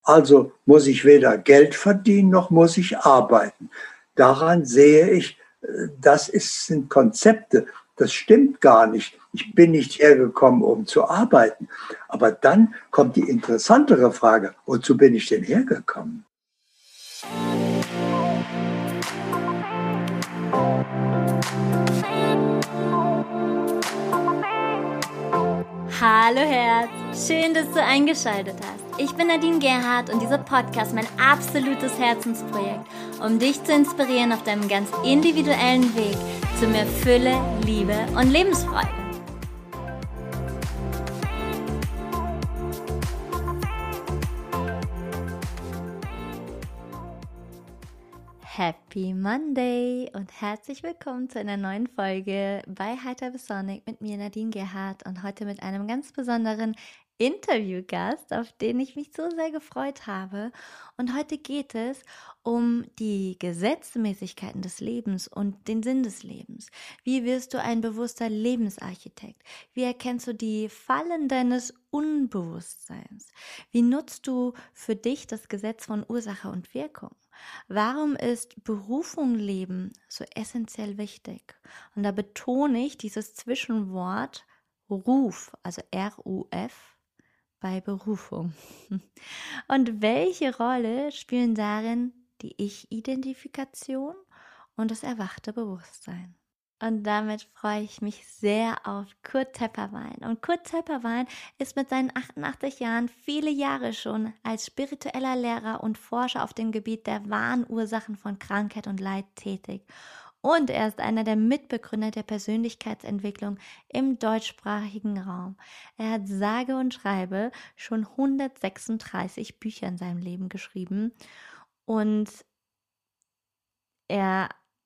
Also muss ich weder Geld verdienen, noch muss ich arbeiten. Daran sehe ich, sind Konzepte, das stimmt gar nicht. Ich bin nicht hergekommen, um zu arbeiten. Aber dann kommt die interessantere Frage, wozu bin ich denn hergekommen? Hallo Herz, schön, dass du eingeschaltet hast. Ich bin Nadine Gerhardt und dieser Podcast ist mein absolutes Herzensprojekt, um dich zu inspirieren auf deinem ganz individuellen Weg zu mehr Fülle, Liebe und Lebensfreude. Happy Monday und herzlich willkommen zu einer neuen Folge bei Heiter bis Sonic mit mir Nadine Gerhardt und heute mit einem ganz besonderen Interviewgast, auf den ich mich so sehr gefreut habe. Und heute geht es um die Gesetzmäßigkeiten des Lebens und den Sinn des Lebens. Wie wirst du ein bewusster Lebensarchitekt? Wie erkennst du die Fallen deines Unbewusstseins? Wie nutzt du für dich das Gesetz von Ursache und Wirkung? Warum ist Berufung leben so essentiell wichtig? Und da betone ich dieses Zwischenwort Ruf, also R-U-F, bei Berufung. Und welche Rolle spielen darin die Ich-Identifikation und das erwachte Bewusstsein? Und damit freue ich mich sehr auf Kurt Tepperwein. Und Kurt Tepperwein ist mit seinen 88 Jahren viele Jahre schon als spiritueller Lehrer und Forscher auf dem Gebiet der wahren Ursachen von Krankheit und Leid tätig. Und er ist einer der Mitbegründer der Persönlichkeitsentwicklung im deutschsprachigen Raum. Er hat sage und schreibe schon 136 Bücher in seinem Leben geschrieben. Und er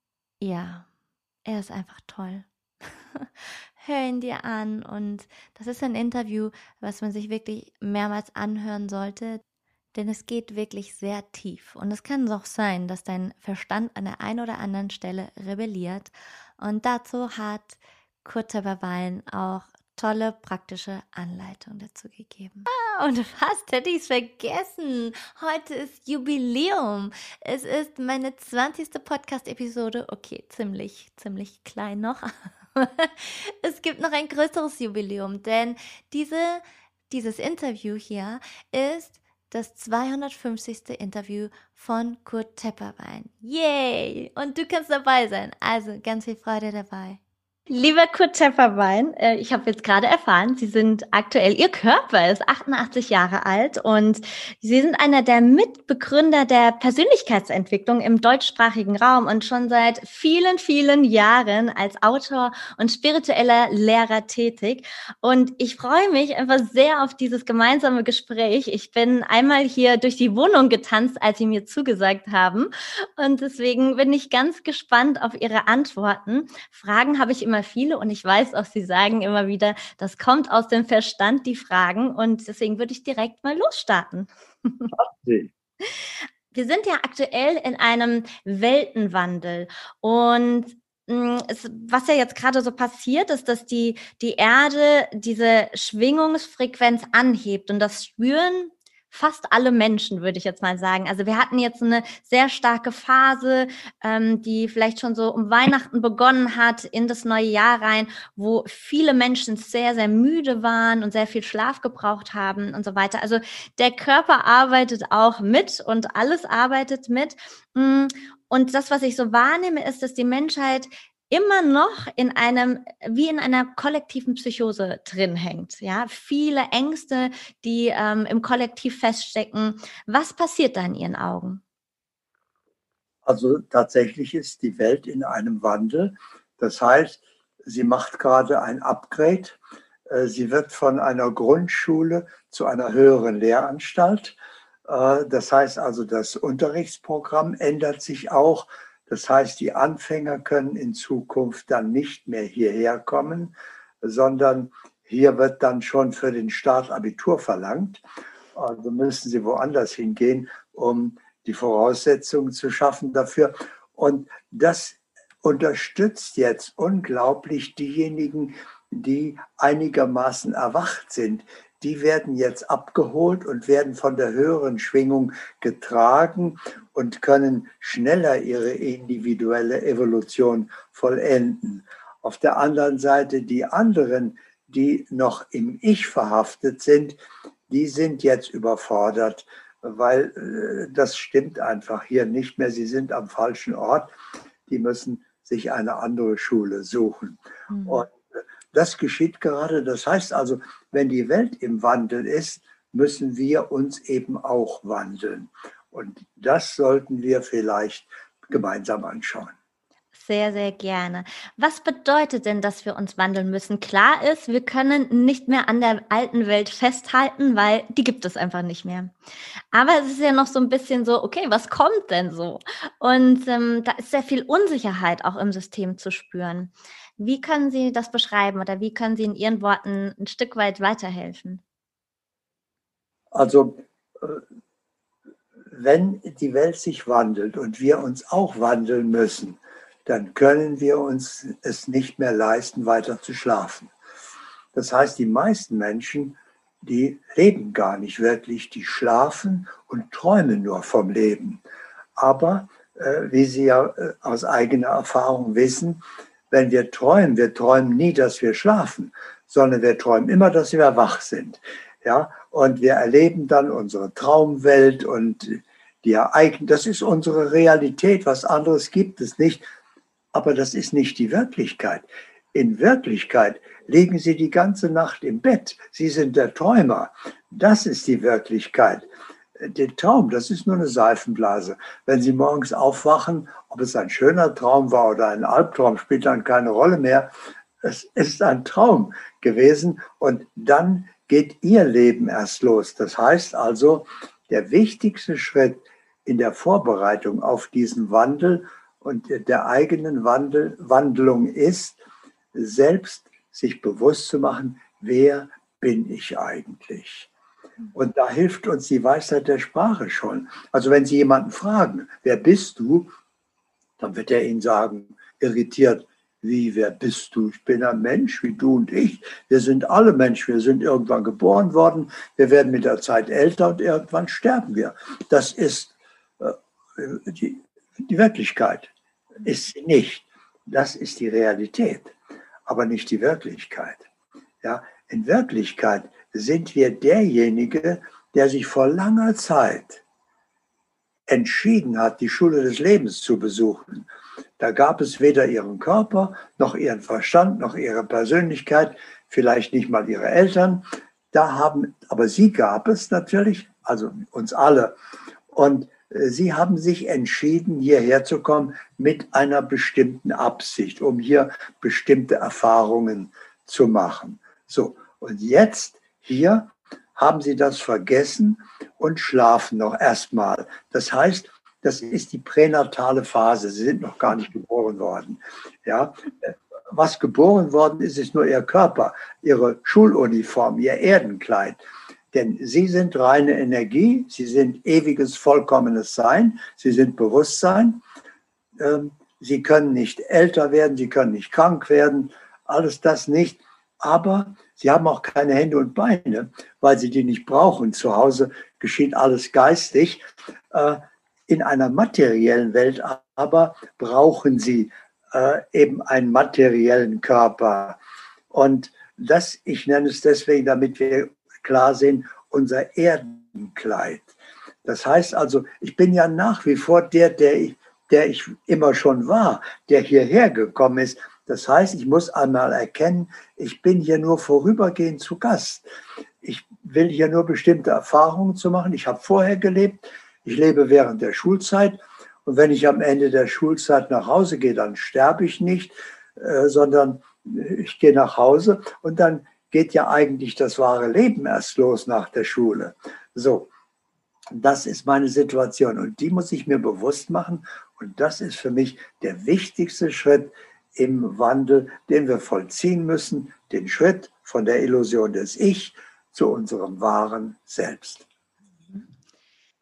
ist einfach toll. Hör ihn dir an und das ist ein Interview, was man sich wirklich mehrmals anhören sollte, denn es geht wirklich sehr tief. Und es kann auch sein, dass dein Verstand an der einen oder anderen Stelle rebelliert. Und dazu hat Kurt Tepperwein auch tolle praktische Anleitung dazu gegeben. Und fast hätte ich es vergessen. Heute ist Jubiläum. Es ist meine 20. Podcast-Episode. Okay, ziemlich klein noch. Es gibt noch ein größeres Jubiläum, denn dieses Interview hier ist das 250. Interview von Kurt Tepperwein. Yay! Und du kannst dabei sein. Also ganz viel Freude dabei. Lieber Kurt Tepperwein, ich habe jetzt gerade erfahren, Sie sind aktuell, Ihr Körper ist 88 Jahre alt und Sie sind einer der Mitbegründer der Persönlichkeitsentwicklung im deutschsprachigen Raum und schon seit vielen, vielen Jahren als Autor und spiritueller Lehrer tätig. Und ich freue mich einfach sehr auf dieses gemeinsame Gespräch. Ich bin einmal hier durch die Wohnung getanzt, als Sie mir zugesagt haben. Und deswegen bin ich ganz gespannt auf Ihre Antworten. Fragen habe ich immer viele und ich weiß auch, Sie sagen immer wieder, das kommt aus dem Verstand, die Fragen. Und deswegen würde ich direkt mal losstarten. Wir sind ja aktuell in einem Weltenwandel und was ja jetzt gerade so passiert, ist, dass die Erde diese Schwingungsfrequenz anhebt und das spüren fast alle Menschen, würde ich jetzt mal sagen. Also wir hatten jetzt eine sehr starke Phase, die vielleicht schon so um Weihnachten begonnen hat, in das neue Jahr rein, wo viele Menschen sehr, sehr müde waren und sehr viel Schlaf gebraucht haben und so weiter. Also der Körper arbeitet auch mit und alles arbeitet mit. Und das, was ich so wahrnehme, ist, dass die Menschheit immer noch wie in einer kollektiven Psychose drin hängt. Ja, viele Ängste, die im Kollektiv feststecken. Was passiert da in Ihren Augen? Also tatsächlich ist die Welt in einem Wandel. Das heißt, sie macht gerade ein Upgrade. Sie wird von einer Grundschule zu einer höheren Lehranstalt. Das heißt also, das Unterrichtsprogramm ändert sich auch. Das heißt, die Anfänger können in Zukunft dann nicht mehr hierher kommen, sondern hier wird dann schon für den Start Abitur verlangt. Also müssen sie woanders hingehen, um die Voraussetzungen zu schaffen dafür. Und das unterstützt jetzt unglaublich diejenigen, die einigermaßen erwacht sind, die werden jetzt abgeholt und werden von der höheren Schwingung getragen und können schneller ihre individuelle Evolution vollenden. Auf der anderen Seite die anderen, die noch im Ich verhaftet sind, die sind jetzt überfordert, weil das stimmt einfach hier nicht mehr. Sie sind am falschen Ort. Die müssen sich eine andere Schule suchen. Und das geschieht gerade. Das heißt also, wenn die Welt im Wandel ist, müssen wir uns eben auch wandeln. Und das sollten wir vielleicht gemeinsam anschauen. Sehr, sehr gerne. Was bedeutet denn, dass wir uns wandeln müssen? Klar ist, wir können nicht mehr an der alten Welt festhalten, weil die gibt es einfach nicht mehr. Aber es ist ja noch so ein bisschen so, okay, was kommt denn so? Und da ist sehr viel Unsicherheit auch im System zu spüren. Wie können Sie das beschreiben oder wie können Sie in Ihren Worten ein Stück weit weiterhelfen? Also, wenn die Welt sich wandelt und wir uns auch wandeln müssen, dann können wir uns es nicht mehr leisten, weiter zu schlafen. Das heißt, die meisten Menschen, die leben gar nicht wirklich, die schlafen und träumen nur vom Leben. Aber wie Sie ja aus eigener Erfahrung wissen, wenn wir träumen nie, dass wir schlafen, sondern wir träumen immer, dass wir wach sind. Ja, und wir erleben dann unsere Traumwelt und die Ereignisse. Das ist unsere Realität. Was anderes gibt es nicht. Aber das ist nicht die Wirklichkeit. In Wirklichkeit liegen Sie die ganze Nacht im Bett. Sie sind der Träumer. Das ist die Wirklichkeit. Der Traum, das ist nur eine Seifenblase. Wenn Sie morgens aufwachen, ob es ein schöner Traum war oder ein Albtraum, spielt dann keine Rolle mehr. Es ist ein Traum gewesen und dann geht Ihr Leben erst los. Das heißt also, der wichtigste Schritt in der Vorbereitung auf diesen Wandel und der eigenen Wandlung ist, selbst sich bewusst zu machen, wer bin ich eigentlich? Und da hilft uns die Weisheit der Sprache schon. Also wenn Sie jemanden fragen, wer bist du? Dann wird er Ihnen sagen, irritiert, wie, wer bist du? Ich bin ein Mensch wie du und ich. Wir sind alle Menschen. Wir sind irgendwann geboren worden. Wir werden mit der Zeit älter und irgendwann sterben wir. Das ist die Wirklichkeit. Ist sie nicht. Das ist die Realität, aber nicht die Wirklichkeit. Ja, in Wirklichkeit sind wir derjenige, der sich vor langer Zeit entschieden hat, die Schule des Lebens zu besuchen. Da gab es weder ihren Körper, noch ihren Verstand, noch ihre Persönlichkeit, vielleicht nicht mal ihre Eltern. Aber sie gab es natürlich, also uns alle. Und sie haben sich entschieden, hierher zu kommen mit einer bestimmten Absicht, um hier bestimmte Erfahrungen zu machen. So, und jetzt hier haben sie das vergessen und schlafen noch erstmal. Das heißt, das ist die pränatale Phase. Sie sind noch gar nicht geboren worden. Ja, was geboren worden ist, ist nur ihr Körper, ihre Schuluniform, ihr Erdenkleid. Denn sie sind reine Energie, sie sind ewiges, vollkommenes Sein, sie sind Bewusstsein. Sie können nicht älter werden, sie können nicht krank werden, alles das nicht. Aber sie haben auch keine Hände und Beine, weil sie die nicht brauchen. Zu Hause geschieht alles geistig. In einer materiellen Welt aber brauchen sie eben einen materiellen Körper. Und das, ich nenne es deswegen, damit wir klar sehen, unser Erdenkleid. Das heißt also, ich bin ja nach wie vor der ich immer schon war, der hierher gekommen ist. Das heißt, ich muss einmal erkennen, ich bin hier nur vorübergehend zu Gast. Ich will hier nur bestimmte Erfahrungen zu machen. Ich habe vorher gelebt, ich lebe während der Schulzeit. Und wenn ich am Ende der Schulzeit nach Hause gehe, dann sterbe ich nicht, sondern ich gehe nach Hause und dann geht ja eigentlich das wahre Leben erst los nach der Schule. So, das ist meine Situation und die muss ich mir bewusst machen und das ist für mich der wichtigste Schritt im Wandel, den wir vollziehen müssen, den Schritt von der Illusion des Ich zu unserem wahren Selbst.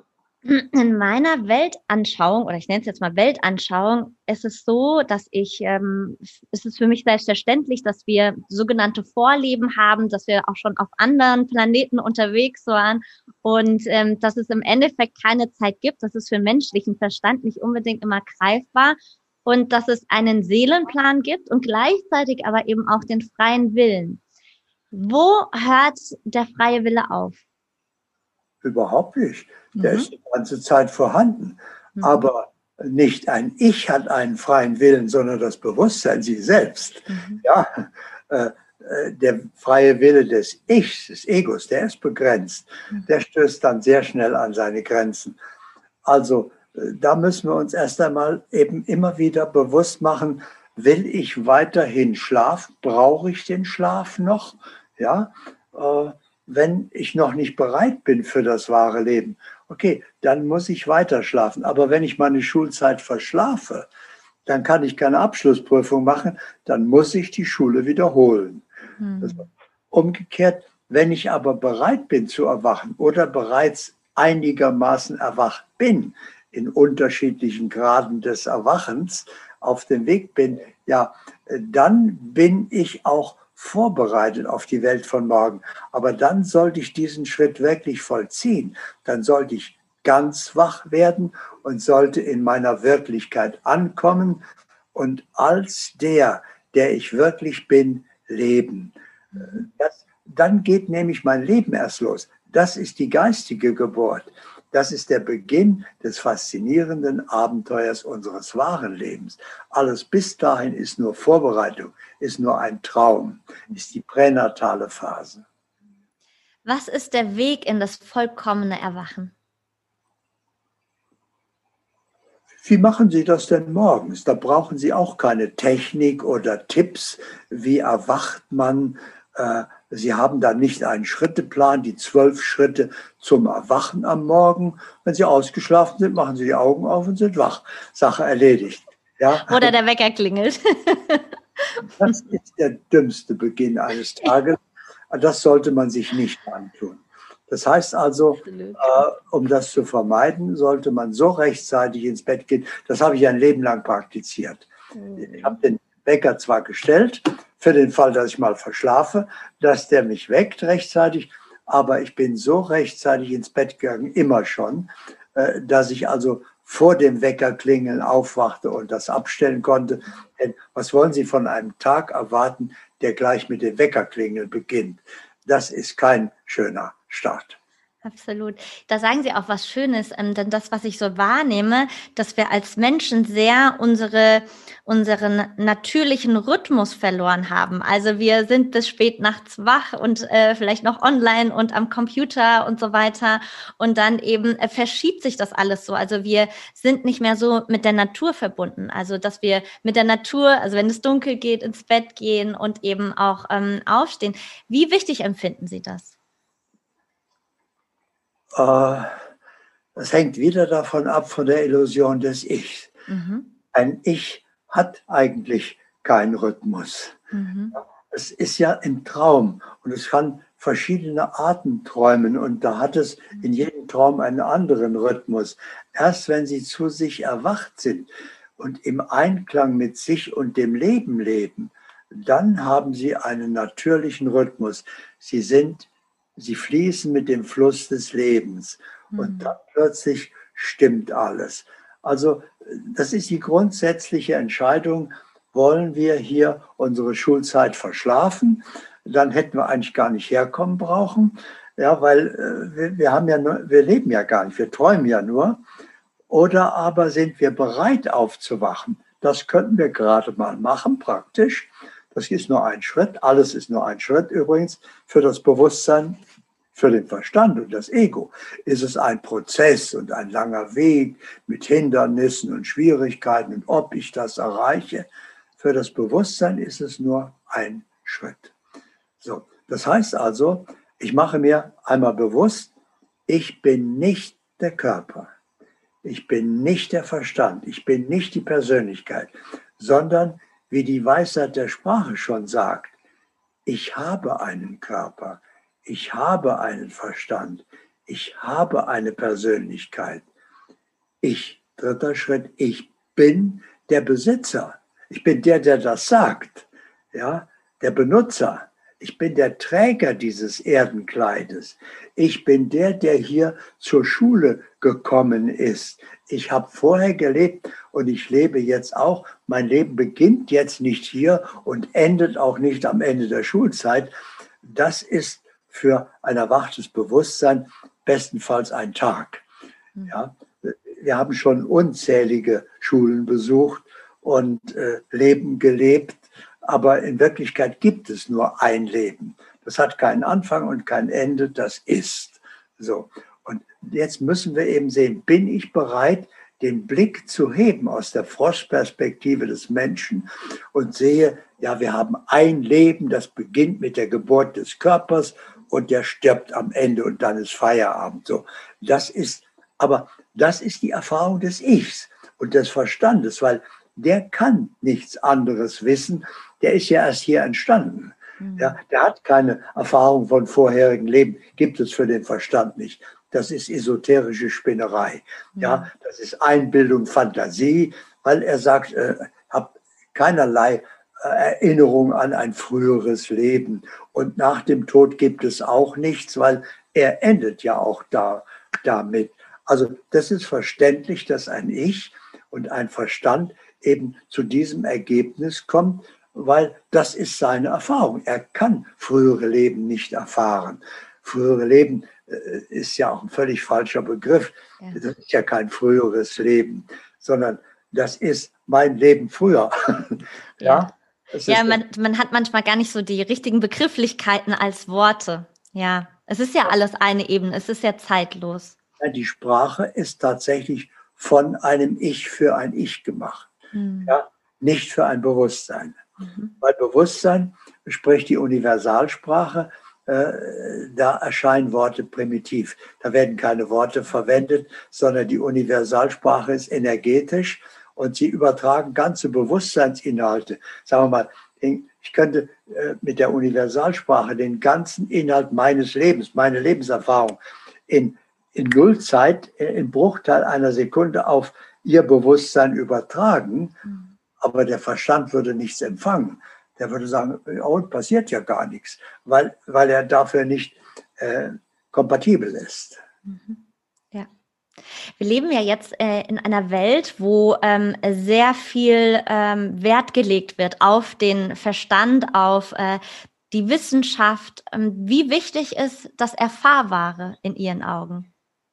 In meiner Weltanschauung, oder ich nenne es jetzt mal Weltanschauung, ist es so, dass es ist für mich selbstverständlich, dass wir sogenannte Vorleben haben, dass wir auch schon auf anderen Planeten unterwegs waren und dass es im Endeffekt keine Zeit gibt. Das ist für den menschlichen Verstand nicht unbedingt immer greifbar und dass es einen Seelenplan gibt und gleichzeitig aber eben auch den freien Willen. Wo hört der freie Wille auf? Überhaupt nicht. Der Mhm. ist die ganze Zeit vorhanden. Mhm. Aber nicht ein Ich hat einen freien Willen, sondern das Bewusstsein, sie selbst. Mhm. Ja, äh, der freie Wille des Ichs, des Egos, der ist begrenzt. Der stößt dann sehr schnell an seine Grenzen. Also da müssen wir uns erst einmal eben immer wieder bewusst machen, will ich weiterhin schlafen? Brauche ich den Schlaf noch? Ja, äh, wenn ich noch nicht bereit bin für das wahre Leben, okay, dann muss ich weiter schlafen. Aber wenn ich meine Schulzeit verschlafe, dann kann ich keine Abschlussprüfung machen, dann muss ich die Schule wiederholen. Also, Mhm. umgekehrt, wenn ich aber bereit bin zu erwachen oder bereits einigermaßen erwacht bin, in unterschiedlichen Graden des Erwachens auf dem Weg bin, ja, dann bin ich auch vorbereitet auf die Welt von morgen. Aber dann sollte ich diesen Schritt wirklich vollziehen. Dann sollte ich ganz wach werden und sollte in meiner Wirklichkeit ankommen und als der, der ich wirklich bin, leben. Mhm. Dann geht nämlich mein Leben erst los. Das ist die geistige Geburt. Das ist der Beginn des faszinierenden Abenteuers unseres wahren Lebens. Alles bis dahin ist nur Vorbereitung, ist nur ein Traum, ist die pränatale Phase. Was ist der Weg in das vollkommene Erwachen? Wie machen Sie das denn morgens? Da brauchen Sie auch keine Technik oder Tipps. Wie erwacht man? Sie haben da nicht einen Schritteplan, die 12 Schritte zum Erwachen am Morgen. Wenn Sie ausgeschlafen sind, machen Sie die Augen auf und sind wach. Sache erledigt. Ja, Oder der Wecker klingelt. das ist der dümmste Beginn eines Tages. Das sollte man sich nicht antun. Das heißt also, Absolut. um das zu vermeiden, sollte man so rechtzeitig ins Bett gehen. Das habe ich ein Leben lang praktiziert. Ich habe Mhm. den Wecker zwar gestellt, für den Fall, dass ich mal verschlafe, dass der mich weckt rechtzeitig, aber ich bin so rechtzeitig ins Bett gegangen, immer schon, dass ich also vor dem Weckerklingeln aufwachte und das abstellen konnte. Denn was wollen Sie von einem Tag erwarten, der gleich mit dem Weckerklingeln beginnt? Das ist kein schöner Start. Absolut. Da sagen Sie auch was Schönes, denn das, was ich so wahrnehme, dass wir als Menschen sehr unseren natürlichen Rhythmus verloren haben. Also wir sind bis spät nachts wach und vielleicht noch online und am Computer und so weiter. Und dann eben verschiebt sich das alles so. Also wir sind nicht mehr so mit der Natur verbunden. Also dass wir mit der Natur, also wenn es dunkel geht, ins Bett gehen und eben auch aufstehen. Wie wichtig empfinden Sie das? Äh, Das hängt wieder davon ab, von der Illusion des Ichs. Mhm. Ein Ich hat eigentlich keinen Rhythmus. Mhm. Es ist ja im Traum und es kann verschiedene Arten träumen und da hat es in jedem Traum einen anderen Rhythmus. Erst wenn Sie zu sich erwacht sind und im Einklang mit sich und dem Leben leben, dann haben Sie einen natürlichen Rhythmus. Sie fließen mit dem Fluss des Lebens und dann Mhm. plötzlich stimmt alles. Also das ist die grundsätzliche Entscheidung, wollen wir hier unsere Schulzeit verschlafen, dann hätten wir eigentlich gar nicht herkommen brauchen. Ja, weil wir haben ja nur, wir leben ja gar nicht, wir träumen ja nur. Oder aber sind wir bereit aufzuwachen? Das könnten wir gerade mal machen, praktisch. Das ist nur ein Schritt. Alles ist nur ein Schritt übrigens. Für das Bewusstsein, für den Verstand und das Ego ist es ein Prozess und ein langer Weg mit Hindernissen und Schwierigkeiten und ob ich das erreiche. Für das Bewusstsein ist es nur ein Schritt. So, das heißt also, ich mache mir einmal bewusst, ich bin nicht der Körper. Ich bin nicht der Verstand, ich bin nicht die Persönlichkeit, sondern, wie die Weisheit der Sprache schon sagt, ich habe einen Körper, ich habe einen Verstand, ich habe eine Persönlichkeit. Ich. Dritter Schritt, ich bin der Besitzer. Ich bin der, der das sagt. Ja, der Benutzer. Ich bin der Träger dieses Erdenkleides. Ich bin der, der hier zur Schule gekommen ist. Ich habe vorher gelebt und ich lebe jetzt auch. Mein Leben beginnt jetzt nicht hier und endet auch nicht am Ende der Schulzeit. Das ist für ein erwachtes Bewusstsein bestenfalls ein Tag. Ja, wir haben schon unzählige Schulen besucht und Leben gelebt, aber in Wirklichkeit gibt es nur ein Leben. Das hat keinen Anfang und kein Ende, das ist so. Und jetzt müssen wir eben sehen, bin ich bereit, den Blick zu heben aus der Froschperspektive des Menschen und sehe, ja, wir haben ein Leben, das beginnt mit der Geburt des Körpers und der stirbt am Ende und dann ist Feierabend. So, aber das ist die Erfahrung des Ichs und des Verstandes, weil der kann nichts anderes wissen. Der ist ja erst hier entstanden. Ja, der hat keine Erfahrung von vorherigen Leben. Gibt es für den Verstand nicht. Das ist esoterische Spinnerei. Ja, das ist Einbildung, Fantasie, weil er sagt, habe keinerlei Erinnerung an ein früheres Leben. Und nach dem Tod gibt es auch nichts, weil er endet ja auch damit. Also das ist verständlich, dass ein Ich und ein Verstand eben zu diesem Ergebnis kommt, weil das ist seine Erfahrung. Er kann frühere Leben nicht erfahren. Frühere Leben ist ja auch ein völlig falscher Begriff. Ja. Das ist ja kein früheres Leben, sondern das ist mein Leben früher. Ja, ja, man hat manchmal gar nicht so die richtigen Begrifflichkeiten als Worte. Ja, es ist ja alles eine Ebene, es ist ja zeitlos. Ja, die Sprache ist tatsächlich von einem Ich für ein Ich gemacht. Ja, nicht für ein Bewusstsein. Weil Bewusstsein spricht die Universalsprache, da erscheinen Worte primitiv. Da werden keine Worte verwendet, sondern die Universalsprache ist energetisch und sie übertragen ganze Bewusstseinsinhalte. Sagen wir mal, ich könnte mit der Universalsprache den ganzen Inhalt meines Lebens, meine Lebenserfahrung in Nullzeit, im Bruchteil einer Sekunde auf ihr Bewusstsein übertragen, aber der Verstand würde nichts empfangen. Der würde sagen, oh, passiert ja gar nichts, weil er dafür nicht kompatibel ist. Ja. Wir leben ja jetzt in einer Welt, wo sehr viel Wert gelegt wird auf den Verstand, auf die Wissenschaft. Wie wichtig ist das Erfahrbare in Ihren Augen?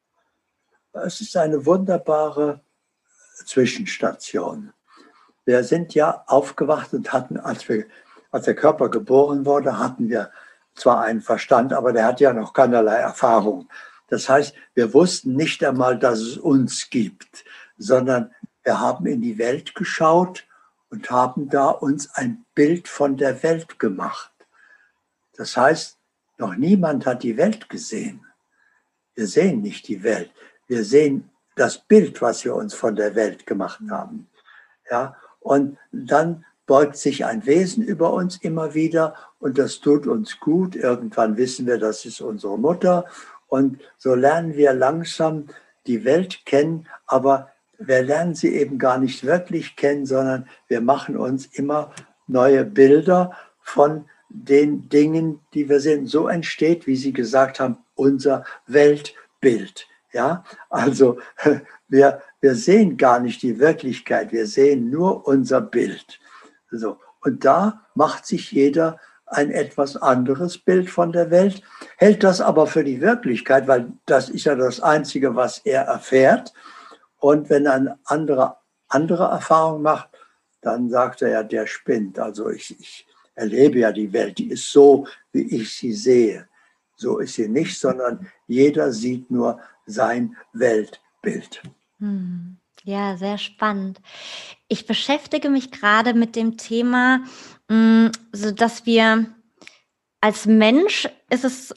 Es ist eine wunderbare Zwischenstation. Wir sind ja aufgewacht und hatten, als der Körper geboren wurde, hatten wir zwar einen Verstand, aber der hat ja noch keinerlei Erfahrung. Das heißt, wir wussten nicht einmal, dass es uns gibt, sondern wir haben in die Welt geschaut und haben da uns ein Bild von der Welt gemacht. Das heißt, noch niemand hat die Welt gesehen. Wir sehen nicht die Welt. Wir sehen das Bild, was wir uns von der Welt gemacht haben. Ja, und dann beugt sich ein Wesen über uns immer wieder und das tut uns gut. Irgendwann wissen wir, das ist unsere Mutter. Und so lernen wir langsam die Welt kennen, aber wir lernen sie eben gar nicht wirklich kennen, sondern wir machen uns immer neue Bilder von den Dingen, die wir sehen. So entsteht, wie Sie gesagt haben, unser Weltbild. Ja, also wir sehen gar nicht die Wirklichkeit, wir sehen nur unser Bild. So. Und da macht sich jeder ein etwas anderes Bild von der Welt, hält das aber für die Wirklichkeit, weil das ist ja das Einzige, was er erfährt. Und wenn ein andere Erfahrung macht, dann sagt er ja, der spinnt. Also ich erlebe ja die Welt, die ist so, wie ich sie sehe. So ist sie nicht, sondern jeder sieht nur sein Weltbild. Ja, sehr spannend. Ich beschäftige mich gerade mit dem Thema, so dass wir als Mensch ist es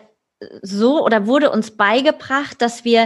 so oder wurde uns beigebracht, dass wir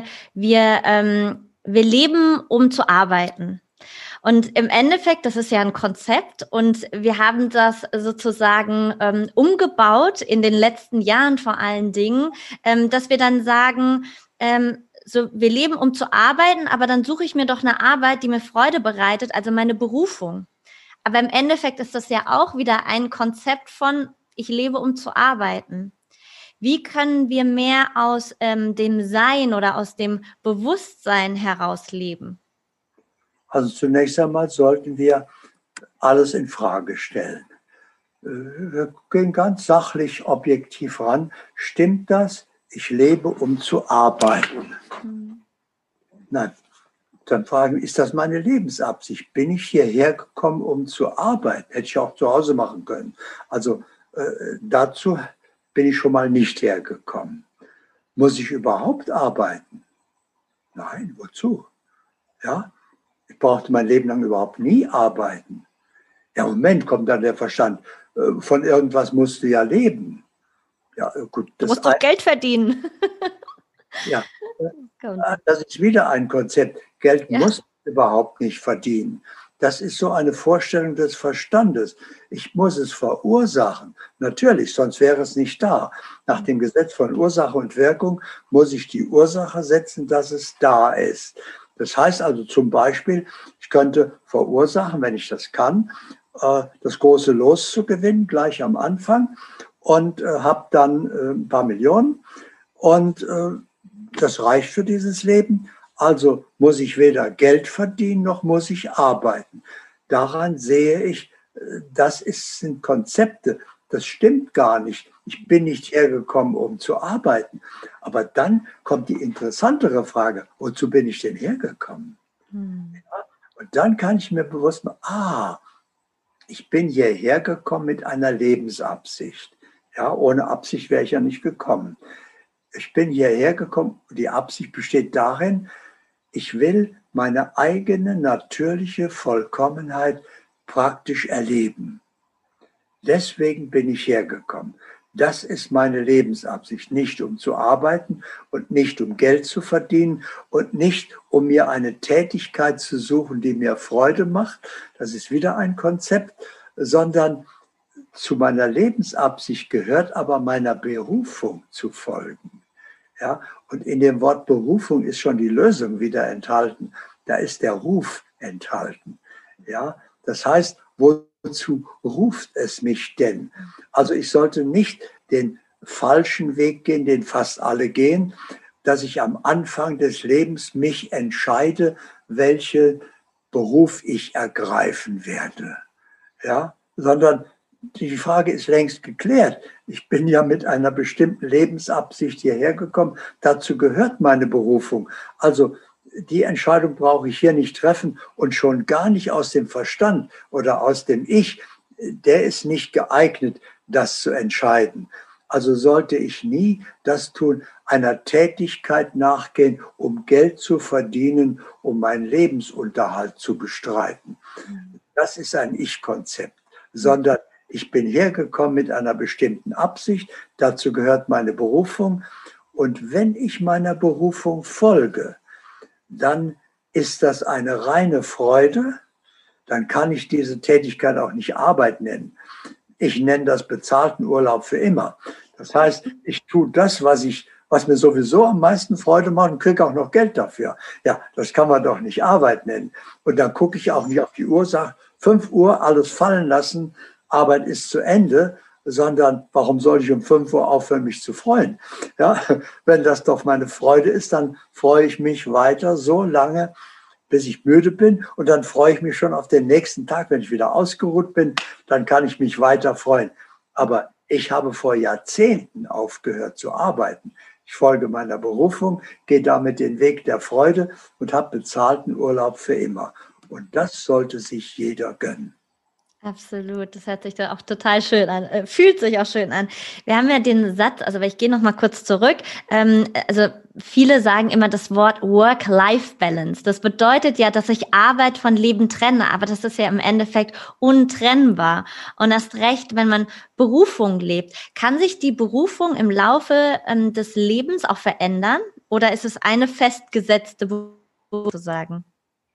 leben, um zu arbeiten. Und im Endeffekt, das ist ja ein Konzept und wir haben das sozusagen umgebaut in den letzten Jahren vor allen Dingen, dass wir dann sagen, so, wir leben, um zu arbeiten, aber dann suche ich mir doch eine Arbeit, die mir Freude bereitet, also meine Berufung. Aber im Endeffekt ist das ja auch wieder ein Konzept von, ich lebe, um zu arbeiten. Wie können wir mehr aus dem Sein oder aus dem Bewusstsein heraus leben? Also zunächst einmal sollten wir alles in Frage stellen. Wir gehen ganz sachlich, objektiv ran. Stimmt das? Ich lebe, um zu arbeiten. Nein. Dann fragen, ist das meine Lebensabsicht? Bin ich hierher gekommen, um zu arbeiten? Hätte ich auch zu Hause machen können. Also dazu bin ich schon mal nicht hergekommen. Muss ich überhaupt arbeiten? Nein, wozu? Ja, ich brauchte mein Leben lang überhaupt nie arbeiten. Ja, Moment, kommt dann der Verstand. Von irgendwas musst du ja leben. Ja, gut. Du musst doch Geld verdienen. Ja, das ist wieder ein Konzept. Geld muss überhaupt nicht verdienen. Das ist so eine Vorstellung des Verstandes. Ich muss es verursachen. Natürlich, sonst wäre es nicht da. Nach dem Gesetz von Ursache und Wirkung muss ich die Ursache setzen, dass es da ist. Das heißt also zum Beispiel, ich könnte verursachen, wenn ich das kann, das große Los zu gewinnen, gleich am Anfang, und habe dann ein paar Millionen. Und das reicht für dieses Leben. Also muss ich weder Geld verdienen, noch muss ich arbeiten. Daran sehe ich, sind Konzepte. Das stimmt gar nicht. Ich bin nicht hergekommen, um zu arbeiten. Aber dann kommt die interessantere Frage, wozu bin ich denn hergekommen? Ja, und dann kann ich mir bewusst machen, ich bin hierher gekommen mit einer Lebensabsicht. Ja, ohne Absicht wäre ich ja nicht gekommen. Ich bin hierher gekommen, die Absicht besteht darin, ich will meine eigene natürliche Vollkommenheit praktisch erleben. Deswegen bin ich hergekommen. Das ist meine Lebensabsicht, nicht um zu arbeiten und nicht um Geld zu verdienen und nicht um mir eine Tätigkeit zu suchen, die mir Freude macht. Das ist wieder ein Konzept, sondern zu meiner Lebensabsicht gehört aber meiner Berufung zu folgen. Ja, und in dem Wort Berufung ist schon die Lösung wieder enthalten. Da ist der Ruf enthalten. Ja, das heißt, wozu ruft es mich denn? Also ich sollte nicht den falschen Weg gehen, den fast alle gehen, dass ich am Anfang des Lebens mich entscheide, welchen Beruf ich ergreifen werde. Ja, sondern die Frage ist längst geklärt. Ich bin ja mit einer bestimmten Lebensabsicht hierher gekommen. Dazu gehört meine Berufung. Also die Entscheidung brauche ich hier nicht treffen und schon gar nicht aus dem Verstand oder aus dem Ich. Der ist nicht geeignet, das zu entscheiden. Also sollte ich nie das tun, einer Tätigkeit nachgehen, um Geld zu verdienen, um meinen Lebensunterhalt zu bestreiten. Das ist ein Ich-Konzept, sondern ich bin hergekommen mit einer bestimmten Absicht, dazu gehört meine Berufung. Und wenn ich meiner Berufung folge, dann ist das eine reine Freude, dann kann ich diese Tätigkeit auch nicht Arbeit nennen. Ich nenne das bezahlten Urlaub für immer. Das heißt, ich tue das, was mir sowieso am meisten Freude macht und kriege auch noch Geld dafür. Ja, das kann man doch nicht Arbeit nennen. Und dann gucke ich auch nicht auf die Uhr, sage 5 Uhr alles fallen lassen, Arbeit ist zu Ende, sondern warum soll ich um 5 Uhr aufhören, mich zu freuen? Ja, wenn das doch meine Freude ist, dann freue ich mich weiter so lange, bis ich müde bin. Und dann freue ich mich schon auf den nächsten Tag, wenn ich wieder ausgeruht bin, dann kann ich mich weiter freuen. Aber ich habe vor Jahrzehnten aufgehört zu arbeiten. Ich folge meiner Berufung, gehe damit den Weg der Freude und habe bezahlten Urlaub für immer. Und das sollte sich jeder gönnen. Absolut, das hört sich doch auch total schön an, fühlt sich auch schön an. Wir haben ja den Satz, also ich gehe noch mal kurz zurück, also viele sagen immer das Wort Work-Life-Balance. Das bedeutet ja, dass ich Arbeit von Leben trenne, aber das ist ja im Endeffekt untrennbar. Und erst recht, wenn man Berufung lebt. Kann sich die Berufung im Laufe des Lebens auch verändern? Oder ist es eine festgesetzte Berufung sozusagen?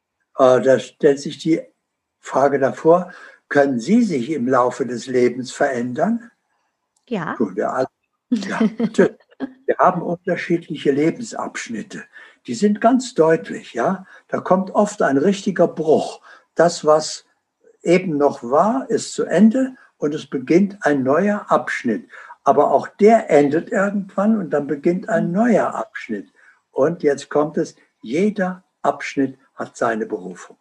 Da stellt sich die Frage davor, können Sie sich im Laufe des Lebens verändern? Ja. Tun wir alle. Ja, natürlich. Wir haben unterschiedliche Lebensabschnitte. die sind ganz deutlich, ja. Da kommt oft ein richtiger Bruch. Das, was eben noch war, ist zu Ende und es beginnt ein neuer Abschnitt. Aber auch der endet irgendwann und dann beginnt ein neuer Abschnitt. Und jetzt kommt es, jeder Abschnitt hat seine Berufung.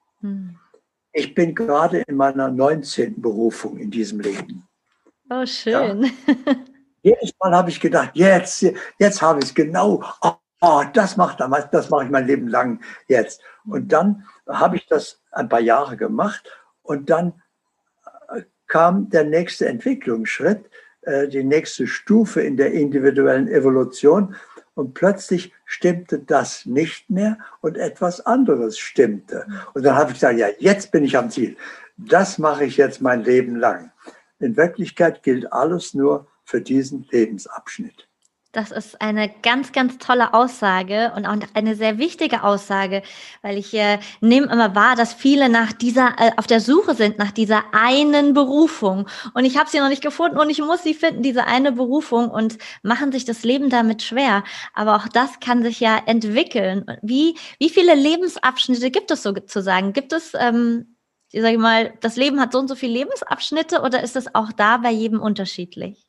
Ich bin gerade in meiner 19. Berufung in diesem Leben. Oh, schön. Ja? Jedes Mal habe ich gedacht, jetzt habe ich es genau. Oh, das mache ich mein Leben lang jetzt. Und dann habe ich das ein paar Jahre gemacht und dann kam der nächste Entwicklungsschritt, die nächste Stufe in der individuellen Evolution und plötzlich stimmte das nicht mehr und etwas anderes stimmte. Und dann habe ich gesagt, ja, jetzt bin ich am Ziel. Das mache ich jetzt mein Leben lang. In Wirklichkeit gilt alles nur für diesen Lebensabschnitt. Das ist eine ganz, ganz tolle Aussage und auch eine sehr wichtige Aussage, weil ich nehme immer wahr, dass viele nach dieser auf der Suche sind nach dieser einen Berufung. Und ich habe sie noch nicht gefunden und ich muss sie finden, diese eine Berufung, und machen sich das Leben damit schwer. Aber auch das kann sich ja entwickeln. Wie viele Lebensabschnitte gibt es sozusagen? Gibt es, ich sage mal, das Leben hat so und so viele Lebensabschnitte, oder ist es auch da bei jedem unterschiedlich?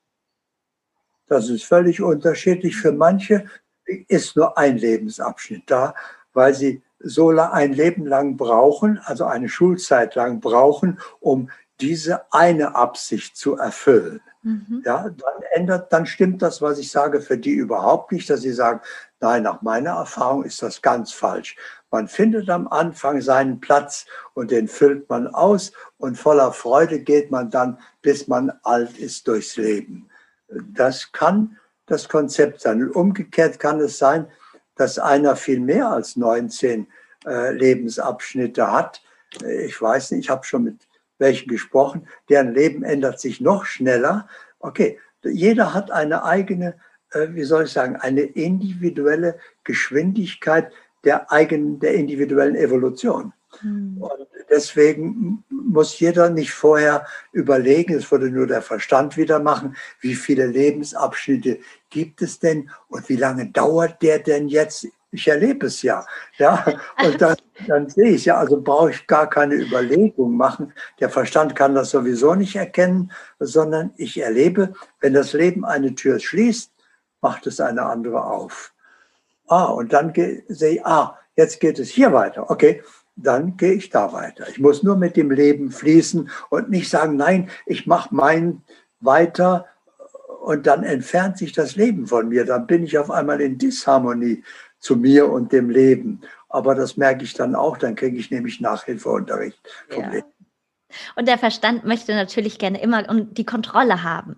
Das ist völlig unterschiedlich. Für manche ist nur ein Lebensabschnitt da, weil sie so ein Leben lang brauchen, also eine Schulzeit lang brauchen, um diese eine Absicht zu erfüllen. Ja, dann stimmt das, was ich sage, für die überhaupt nicht, dass sie sagen, nein, nach meiner Erfahrung ist das ganz falsch. Man findet am Anfang seinen Platz und den füllt man aus und voller Freude geht man dann, bis man alt ist, durchs Leben. Das kann das Konzept sein. Und umgekehrt kann es sein, dass einer viel mehr als 19 Lebensabschnitte hat. Ich weiß nicht, ich habe schon mit welchen gesprochen, deren Leben ändert sich noch schneller. Okay, jeder hat eine eigene, wie soll ich sagen, eine individuelle Geschwindigkeit der individuellen Evolution. Und deswegen muss jeder nicht vorher überlegen, es würde nur der Verstand wieder machen, wie viele Lebensabschnitte gibt es denn und wie lange dauert der denn jetzt? Ich erlebe es ja. Und dann sehe ich ja, also brauche ich gar keine Überlegung machen. Der Verstand kann das sowieso nicht erkennen, sondern ich erlebe, wenn das Leben eine Tür schließt, macht es eine andere auf. Und dann sehe ich, jetzt geht es hier weiter. Okay, dann gehe ich da weiter. Ich muss nur mit dem Leben fließen und nicht sagen, nein, ich mache mein weiter und dann entfernt sich das Leben von mir. Dann bin ich auf einmal in Disharmonie zu mir und dem Leben. Aber das merke ich dann auch, dann kriege ich nämlich Nachhilfeunterricht vom Leben. Und der Verstand möchte natürlich gerne immer die Kontrolle haben.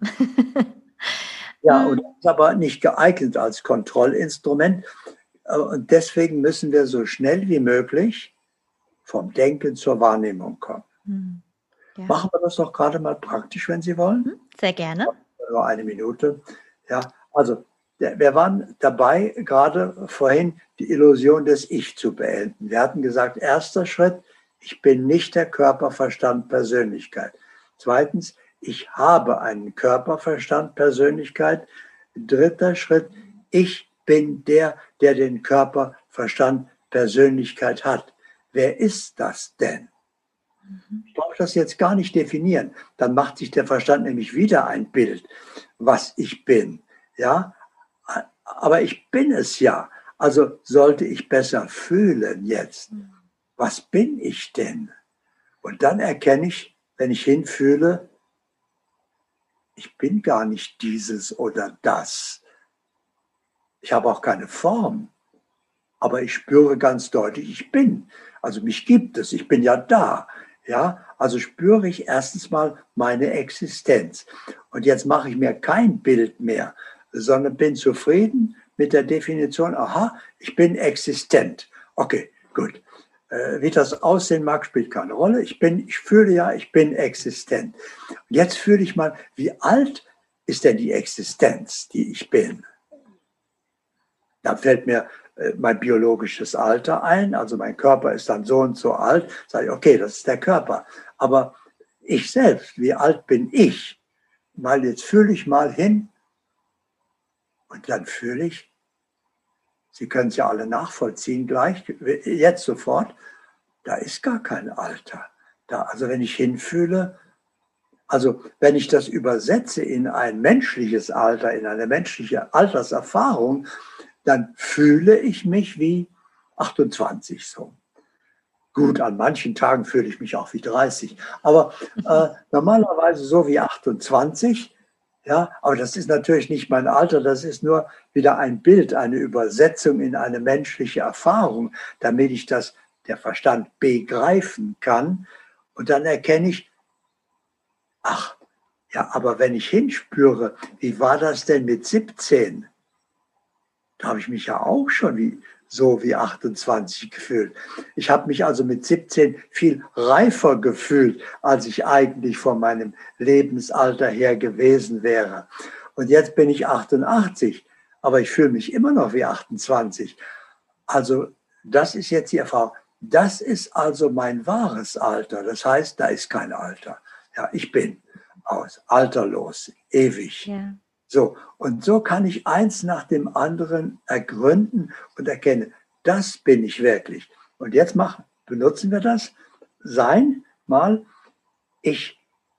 Ja, und das ist aber nicht geeignet als Kontrollinstrument. Und deswegen müssen wir so schnell wie möglich vom Denken zur Wahrnehmung kommen. Ja. Machen wir das doch gerade mal praktisch, wenn Sie wollen. Sehr gerne. Nur eine Minute. Ja, also wir waren dabei, gerade vorhin die Illusion des Ich zu beenden. Wir hatten gesagt, erster Schritt, ich bin nicht der Körper, Verstand, Persönlichkeit. Zweitens, ich habe einen Körper, Verstand, Persönlichkeit. Dritter Schritt, ich bin der den Körper, Verstand, Persönlichkeit hat. Wer ist das denn? Ich brauche das jetzt gar nicht definieren. Dann macht sich der Verstand nämlich wieder ein Bild, was ich bin. Ja, aber ich bin es ja. Also sollte ich besser fühlen jetzt. Was bin ich denn? Und dann erkenne ich, wenn ich hinfühle, ich bin gar nicht dieses oder das. Ich habe auch keine Form. Aber ich spüre ganz deutlich, ich bin. Also mich gibt es, ich bin ja da. Ja, also spüre ich erstens mal meine Existenz. Und jetzt mache ich mir kein Bild mehr, sondern bin zufrieden mit der Definition, aha, ich bin existent. Okay, gut. Wie das aussehen mag, spielt keine Rolle. Ich fühle ja, ich bin existent. Und jetzt fühle ich mal, wie alt ist denn die Existenz, die ich bin? Da fällt mir mein biologisches Alter ein, also mein Körper ist dann so und so alt, sage ich, okay, das ist der Körper. Aber ich selbst, wie alt bin ich? Mal jetzt fühle ich mal hin und dann fühle ich, Sie können es ja alle nachvollziehen gleich, jetzt sofort, da ist gar kein Alter. Also wenn ich hinfühle, also wenn ich das übersetze in ein menschliches Alter, in eine menschliche Alterserfahrung, dann fühle ich mich wie 28 so. Gut, an manchen Tagen fühle ich mich auch wie 30, aber normalerweise so wie 28. Ja, aber das ist natürlich nicht mein Alter, das ist nur wieder ein Bild, eine Übersetzung in eine menschliche Erfahrung, damit ich das, der Verstand, begreifen kann. Und dann erkenne ich, ach, ja, aber wenn ich hinspüre, wie war das denn mit 17? Da habe ich mich ja auch schon wie 28 gefühlt. Ich habe mich also mit 17 viel reifer gefühlt, als ich eigentlich von meinem Lebensalter her gewesen wäre. Und jetzt bin ich 88, aber ich fühle mich immer noch wie 28. Also das ist jetzt die Erfahrung. Das ist also mein wahres Alter. Das heißt, da ist kein Alter. Ja, ich bin alterlos, ewig. Ja. So, und so kann ich eins nach dem anderen ergründen und erkennen, das bin ich wirklich. Und jetzt benutzen wir das. Sein mal, ich,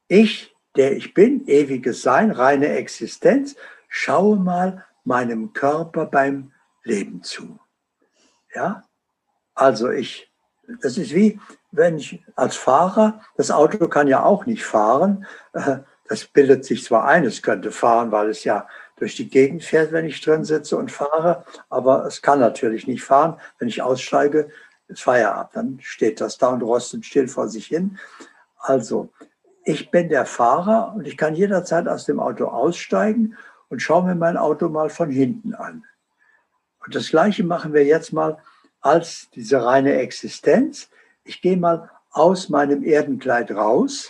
der ich bin, ewiges Sein, reine Existenz, schaue mal meinem Körper beim Leben zu. Ja, also das ist wie, wenn ich als Fahrer, das Auto kann ja auch nicht fahren, das bildet sich zwar ein, es könnte fahren, weil es ja durch die Gegend fährt, wenn ich drin sitze und fahre, aber es kann natürlich nicht fahren. Wenn ich aussteige, ist Feierabend, dann steht das da und rostet still vor sich hin. Also, ich bin der Fahrer und ich kann jederzeit aus dem Auto aussteigen und schaue mir mein Auto mal von hinten an. Und das Gleiche machen wir jetzt mal als diese reine Existenz. Ich gehe mal aus meinem Erdenkleid raus,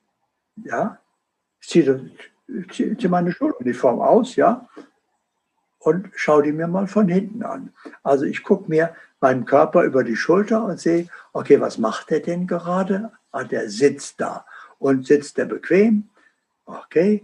ja, ich ziehe meine Schuluniform aus, ja, und schaue die mir mal von hinten an. Also ich gucke mir meinen Körper über die Schulter und sehe, okay, was macht der denn gerade? Ah, der sitzt da. Und sitzt der bequem? Okay,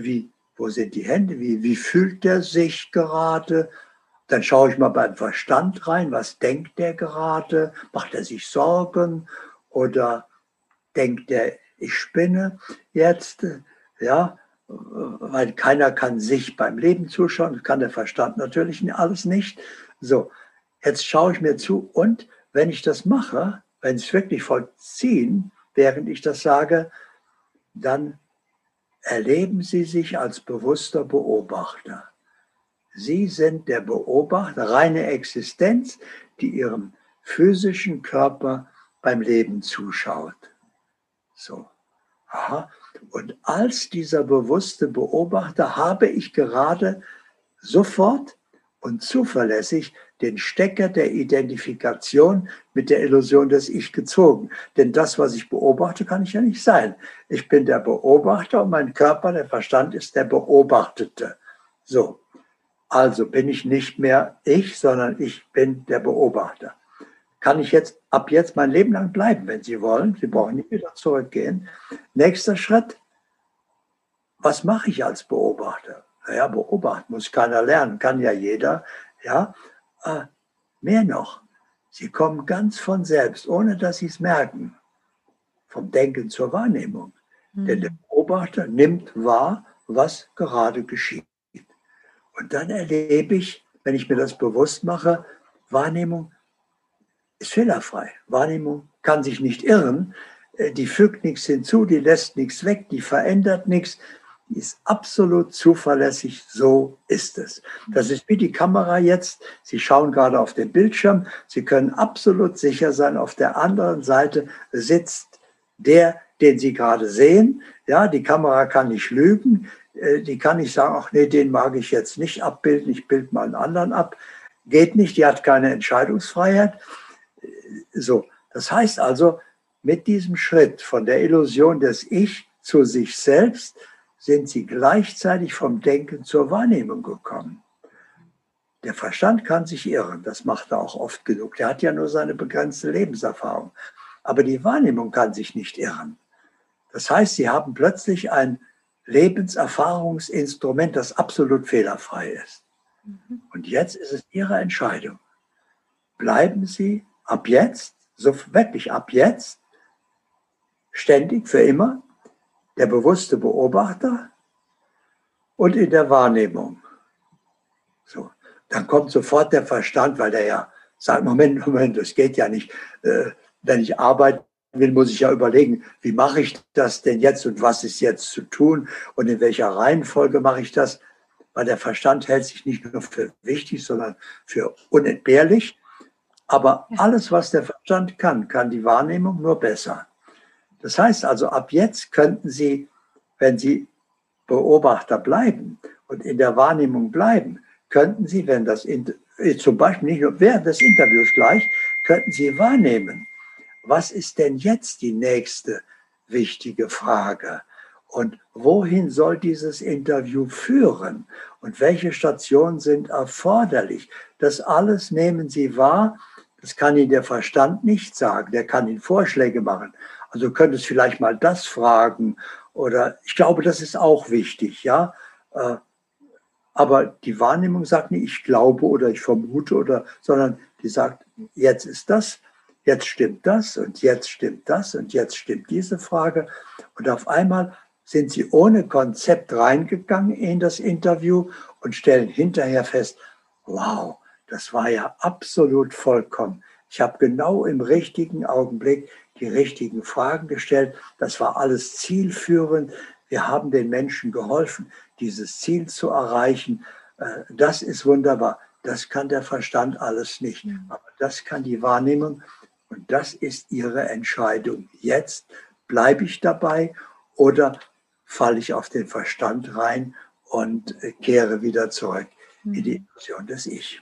wo sind die Hände? Wie fühlt der sich gerade? Dann schaue ich mal beim Verstand rein, was denkt der gerade? Macht er sich Sorgen oder denkt er, ich spinne jetzt? Ja, weil keiner kann sich beim Leben zuschauen, das kann der Verstand natürlich alles nicht. So, jetzt schaue ich mir zu und wenn ich das mache, wenn ich es wirklich vollziehen, während ich das sage, dann erleben Sie sich als bewusster Beobachter. Sie sind der Beobachter, reine Existenz, die Ihrem physischen Körper beim Leben zuschaut. So, aha. Und als dieser bewusste Beobachter habe ich gerade sofort und zuverlässig den Stecker der Identifikation mit der Illusion des Ich gezogen. Denn das, was ich beobachte, kann ich ja nicht sein. Ich bin der Beobachter und mein Körper, der Verstand, ist der Beobachtete. So, also bin ich nicht mehr ich, sondern ich bin der Beobachter. Kann ich ab jetzt mein Leben lang bleiben, wenn Sie wollen. Sie brauchen nicht wieder zurückgehen. Nächster Schritt, was mache ich als Beobachter? Naja, beobachten muss keiner lernen, kann ja jeder. Ja, mehr noch, Sie kommen ganz von selbst, ohne dass Sie es merken, vom Denken zur Wahrnehmung. Denn der Beobachter nimmt wahr, was gerade geschieht. Und dann erlebe ich, wenn ich mir das bewusst mache, Wahrnehmung ist fehlerfrei. Wahrnehmung kann sich nicht irren. Die fügt nichts hinzu, die lässt nichts weg, die verändert nichts. Die ist absolut zuverlässig, so ist es. Das ist wie die Kamera jetzt. Sie schauen gerade auf den Bildschirm. Sie können absolut sicher sein, auf der anderen Seite sitzt der, den Sie gerade sehen. Ja, die Kamera kann nicht lügen. Die kann nicht sagen, ach nee, den mag ich jetzt nicht abbilden, ich bilde mal einen anderen ab. Geht nicht, die hat keine Entscheidungsfreiheit. So, das heißt also, mit diesem Schritt von der Illusion des Ich zu sich selbst sind sie gleichzeitig vom Denken zur Wahrnehmung gekommen. Der Verstand kann sich irren, das macht er auch oft genug. Der hat ja nur seine begrenzte Lebenserfahrung. Aber die Wahrnehmung kann sich nicht irren. Das heißt, sie haben plötzlich ein Lebenserfahrungsinstrument, das absolut fehlerfrei ist. Und jetzt ist es Ihre Entscheidung. Bleiben Sie ab jetzt, so wirklich ab jetzt, ständig, für immer, der bewusste Beobachter und in der Wahrnehmung. So, dann kommt sofort der Verstand, weil der ja sagt, Moment, das geht ja nicht. Wenn ich arbeiten will, muss ich ja überlegen, wie mache ich das denn jetzt und was ist jetzt zu tun und in welcher Reihenfolge mache ich das? Weil der Verstand hält sich nicht nur für wichtig, sondern für unentbehrlich. Aber alles, was der Verstand kann die Wahrnehmung nur besser. Das heißt also, ab jetzt könnten Sie, wenn Sie Beobachter bleiben und in der Wahrnehmung bleiben, könnten Sie, wenn das zum Beispiel nicht nur während des Interviews gleich, könnten Sie wahrnehmen, was ist denn jetzt die nächste wichtige Frage? Und wohin soll dieses Interview führen? Und welche Stationen sind erforderlich? Das alles nehmen Sie wahr. Das kann Ihnen der Verstand nicht sagen. Der kann Ihnen Vorschläge machen. Also du könntest vielleicht mal das fragen. Oder ich glaube, das ist auch wichtig, ja. Aber die Wahrnehmung sagt nicht, ich glaube oder ich vermute sondern die sagt, jetzt ist das, jetzt stimmt das und jetzt stimmt das und jetzt stimmt diese Frage. Und auf einmal sind sie ohne Konzept reingegangen in das Interview und stellen hinterher fest, wow, das war ja absolut vollkommen. Ich habe genau im richtigen Augenblick die richtigen Fragen gestellt. Das war alles zielführend. Wir haben den Menschen geholfen, dieses Ziel zu erreichen. Das ist wunderbar. Das kann der Verstand alles nicht. Aber das kann die Wahrnehmung. Und das ist Ihre Entscheidung. Jetzt bleibe ich dabei oder falle ich auf den Verstand rein und kehre wieder zurück in die Illusion des Ich.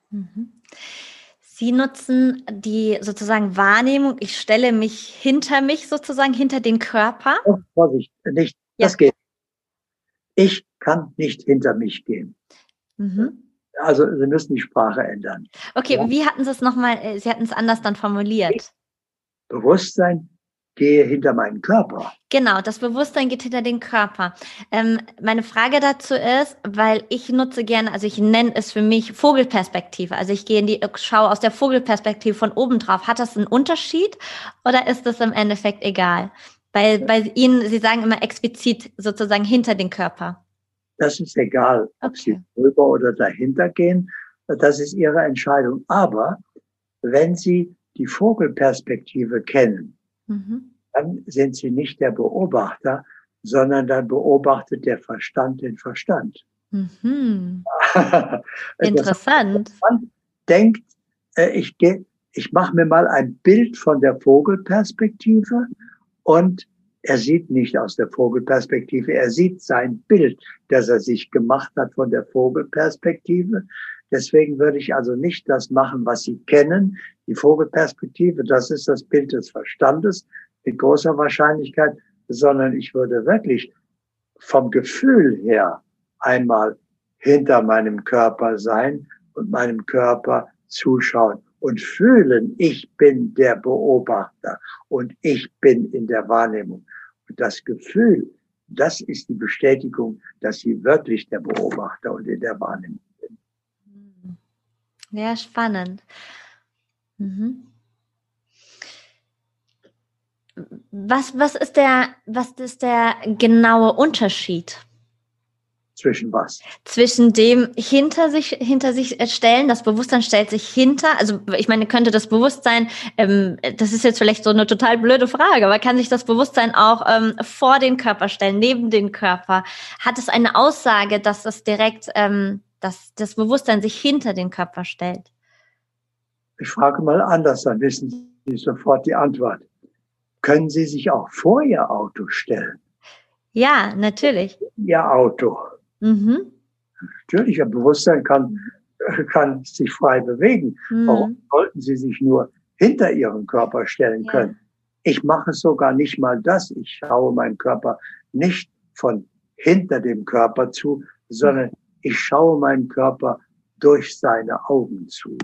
Sie nutzen die sozusagen Wahrnehmung, ich stelle mich sozusagen, hinter den Körper. Oh, Vorsicht, nicht, das geht. Ich kann nicht hinter mich gehen. Also Sie müssen die Sprache ändern. Okay, ja. Wie hatten Sie es nochmal, Sie hatten es anders dann formuliert. Bewusstsein gehe hinter meinen Körper. Genau, das Bewusstsein geht hinter den Körper. Meine Frage dazu ist, weil ich nutze gerne, also ich nenne es für mich Vogelperspektive. Also ich schaue aus der Vogelperspektive von oben drauf. Hat das einen Unterschied oder ist das im Endeffekt egal? Weil bei Ihnen, Sie sagen immer explizit sozusagen hinter den Körper. Das ist egal, ob Sie drüber oder dahinter gehen. Das ist Ihre Entscheidung. Aber wenn Sie die Vogelperspektive kennen, dann sind Sie nicht der Beobachter, sondern dann beobachtet der Verstand den Verstand. Interessant. Man denkt, ich mache mir mal ein Bild von der Vogelperspektive und er sieht nicht aus der Vogelperspektive, er sieht sein Bild, das er sich gemacht hat von der Vogelperspektive. Deswegen würde ich also nicht das machen, was Sie kennen. Die Vogelperspektive, das ist das Bild des Verstandes mit großer Wahrscheinlichkeit, sondern ich würde wirklich vom Gefühl her einmal hinter meinem Körper sein und meinem Körper zuschauen und fühlen, ich bin der Beobachter und ich bin in der Wahrnehmung. Und das Gefühl, das ist die Bestätigung, dass Sie wirklich der Beobachter und in der Wahrnehmung sind. Ja, spannend. Was ist der genaue Unterschied? Zwischen was? Zwischen dem hinter sich stellen, das Bewusstsein stellt sich hinter, also ich meine, könnte das Bewusstsein, das ist jetzt vielleicht so eine total blöde Frage, aber kann sich das Bewusstsein auch vor den Körper stellen, neben den Körper? Hat es eine Aussage, dass das direkt, dass das Bewusstsein sich hinter den Körper stellt? Ich frage mal anders, dann wissen Sie sofort die Antwort. Können Sie sich auch vor Ihr Auto stellen? Ja, natürlich. Ihr Auto. Natürlich, Ihr Bewusstsein kann sich frei bewegen. Warum sollten Sie sich nur hinter Ihren Körper stellen können? Ich mache sogar nicht mal das. Ich schaue meinen Körper nicht von hinter dem Körper zu, sondern ich schaue meinem Körper durch seine Augen zu.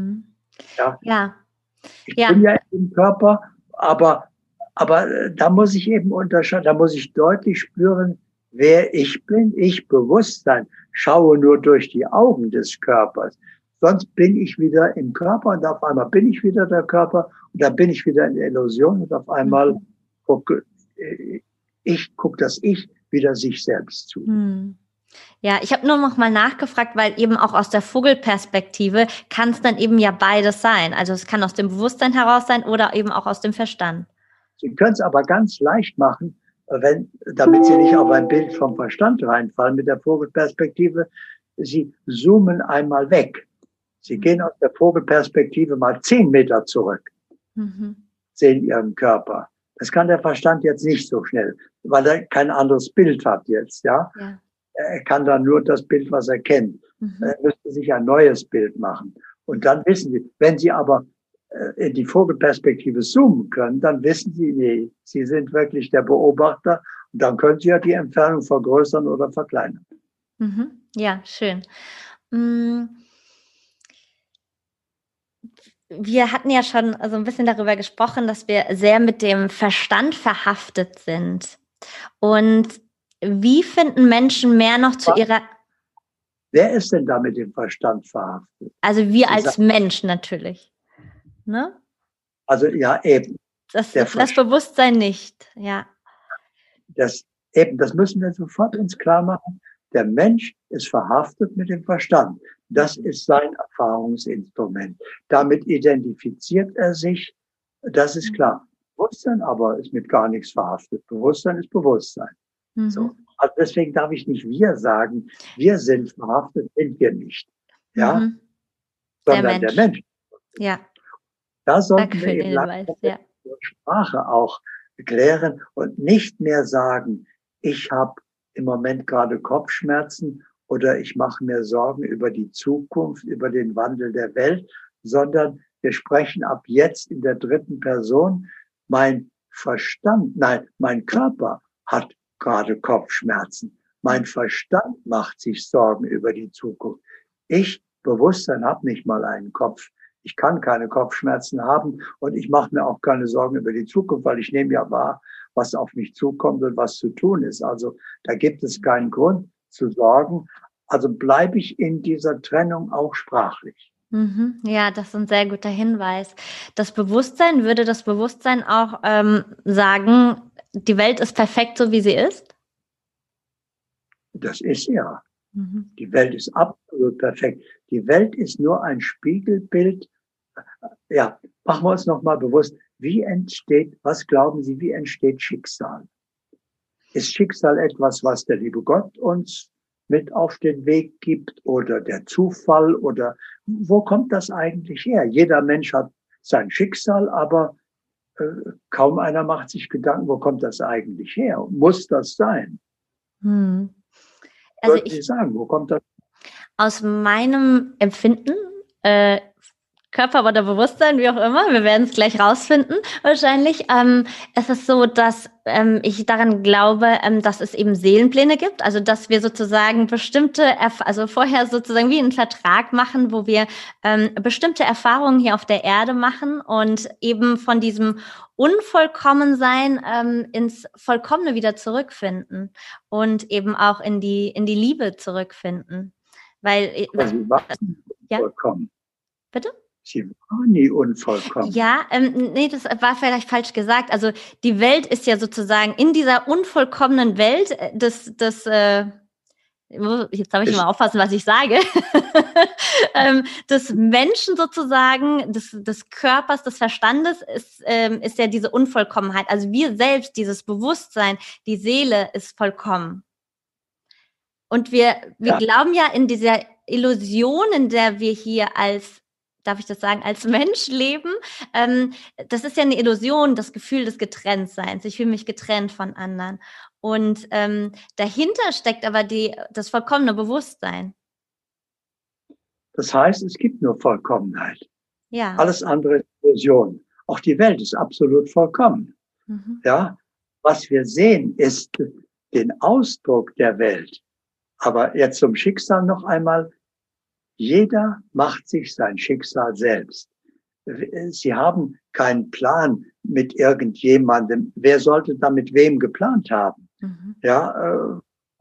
Ich bin ja im Körper, aber da muss ich eben unterscheiden, da muss ich deutlich spüren, wer ich bin, ich Bewusstsein, schaue nur durch die Augen des Körpers. Sonst bin ich wieder im Körper und auf einmal bin ich wieder der Körper und dann bin ich wieder in der Illusion und auf einmal gucke das Ich wieder sich selbst zu. Ja, ich habe nur noch mal nachgefragt, weil eben auch aus der Vogelperspektive kann es dann eben ja beides sein. Also es kann aus dem Bewusstsein heraus sein oder eben auch aus dem Verstand. Sie können es aber ganz leicht machen, damit Sie nicht auf ein Bild vom Verstand reinfallen mit der Vogelperspektive. Sie zoomen einmal weg. Sie gehen aus der Vogelperspektive mal 10 Meter zurück, sehen Ihren Körper. Das kann der Verstand jetzt nicht so schnell, weil er kein anderes Bild hat jetzt, ja. Er kann dann nur das Bild, was er kennt. Er müsste sich ein neues Bild machen. Und dann wissen Sie, wenn Sie aber in die Vogelperspektive zoomen können, dann wissen Sie, nee, Sie sind wirklich der Beobachter. Und dann können Sie ja die Entfernung vergrößern oder verkleinern. Ja, schön. Wir hatten ja schon so ein bisschen darüber gesprochen, dass wir sehr mit dem Verstand verhaftet sind. Und wie finden Menschen mehr noch zu ihrer... Wer ist denn da mit dem Verstand verhaftet? Also wir als Mensch natürlich. Ne? Also ja, eben. Das Bewusstsein nicht, ja. Das müssen wir sofort uns klar machen. Der Mensch ist verhaftet mit dem Verstand. Das ist sein Erfahrungsinstrument. Damit identifiziert er sich. Das ist klar. Bewusstsein aber ist mit gar nichts verhaftet. Bewusstsein ist Bewusstsein. So. Also deswegen darf ich nicht wir sagen, wir sind verhaftet, sind wir nicht. Ja? Sondern der Mensch. Ja. Da sollten wir eben langsam Sprache auch klären und nicht mehr sagen, ich habe im Moment gerade Kopfschmerzen oder ich mache mir Sorgen über die Zukunft, über den Wandel der Welt, sondern wir sprechen ab jetzt in der dritten Person. Mein Körper hat gerade Kopfschmerzen. Mein Verstand macht sich Sorgen über die Zukunft. Ich, Bewusstsein, habe nicht mal einen Kopf. Ich kann keine Kopfschmerzen haben und ich mache mir auch keine Sorgen über die Zukunft, weil ich nehme ja wahr, was auf mich zukommt und was zu tun ist. Also da gibt es keinen Grund zu sorgen. Also bleibe ich in dieser Trennung auch sprachlich. Ja, das ist ein sehr guter Hinweis. Würde das Bewusstsein auch sagen, die Welt ist perfekt, so wie sie ist? Das ist ja. Die Welt ist absolut perfekt. Die Welt ist nur ein Spiegelbild. Ja, machen wir uns nochmal bewusst, was glauben Sie, wie entsteht Schicksal? Ist Schicksal etwas, was der liebe Gott uns mit auf den Weg gibt oder der Zufall oder wo kommt das eigentlich her? Jeder Mensch hat sein Schicksal, aber kaum einer macht sich Gedanken, wo kommt das eigentlich her? Muss das sein? Also Würden Sie sagen, wo kommt das? Aus meinem Empfinden, Körper oder Bewusstsein, wie auch immer, wir werden es gleich rausfinden, wahrscheinlich. Es ist so, dass ich daran glaube, dass es eben Seelenpläne gibt, also dass wir sozusagen also vorher sozusagen wie einen Vertrag machen, wo wir bestimmte Erfahrungen hier auf der Erde machen und eben von diesem Unvollkommensein ins Vollkommene wieder zurückfinden und eben auch in die Liebe zurückfinden. Weil Sie waren vollkommen. Bitte? Sie waren nie unvollkommen. Ja, nee, das war vielleicht falsch gesagt. Also die Welt ist ja sozusagen in dieser unvollkommenen Welt jetzt darf ich immer aufpassen, was ich sage, des Menschen sozusagen, des Körpers, des Verstandes ist ja diese Unvollkommenheit. Also wir selbst, dieses Bewusstsein, die Seele ist vollkommen. Und wir glauben ja in dieser Illusion, in der wir hier als Mensch leben, das ist ja eine Illusion, das Gefühl des Getrenntseins. Ich fühle mich getrennt von anderen. Und dahinter steckt aber das vollkommene Bewusstsein. Das heißt, es gibt nur Vollkommenheit. Ja. Alles andere ist Illusion. Auch die Welt ist absolut vollkommen. Ja, was wir sehen, ist den Ausdruck der Welt. Aber jetzt zum Schicksal noch einmal. Jeder macht sich sein Schicksal selbst. Sie haben keinen Plan mit irgendjemandem. Wer sollte da mit wem geplant haben? Ja,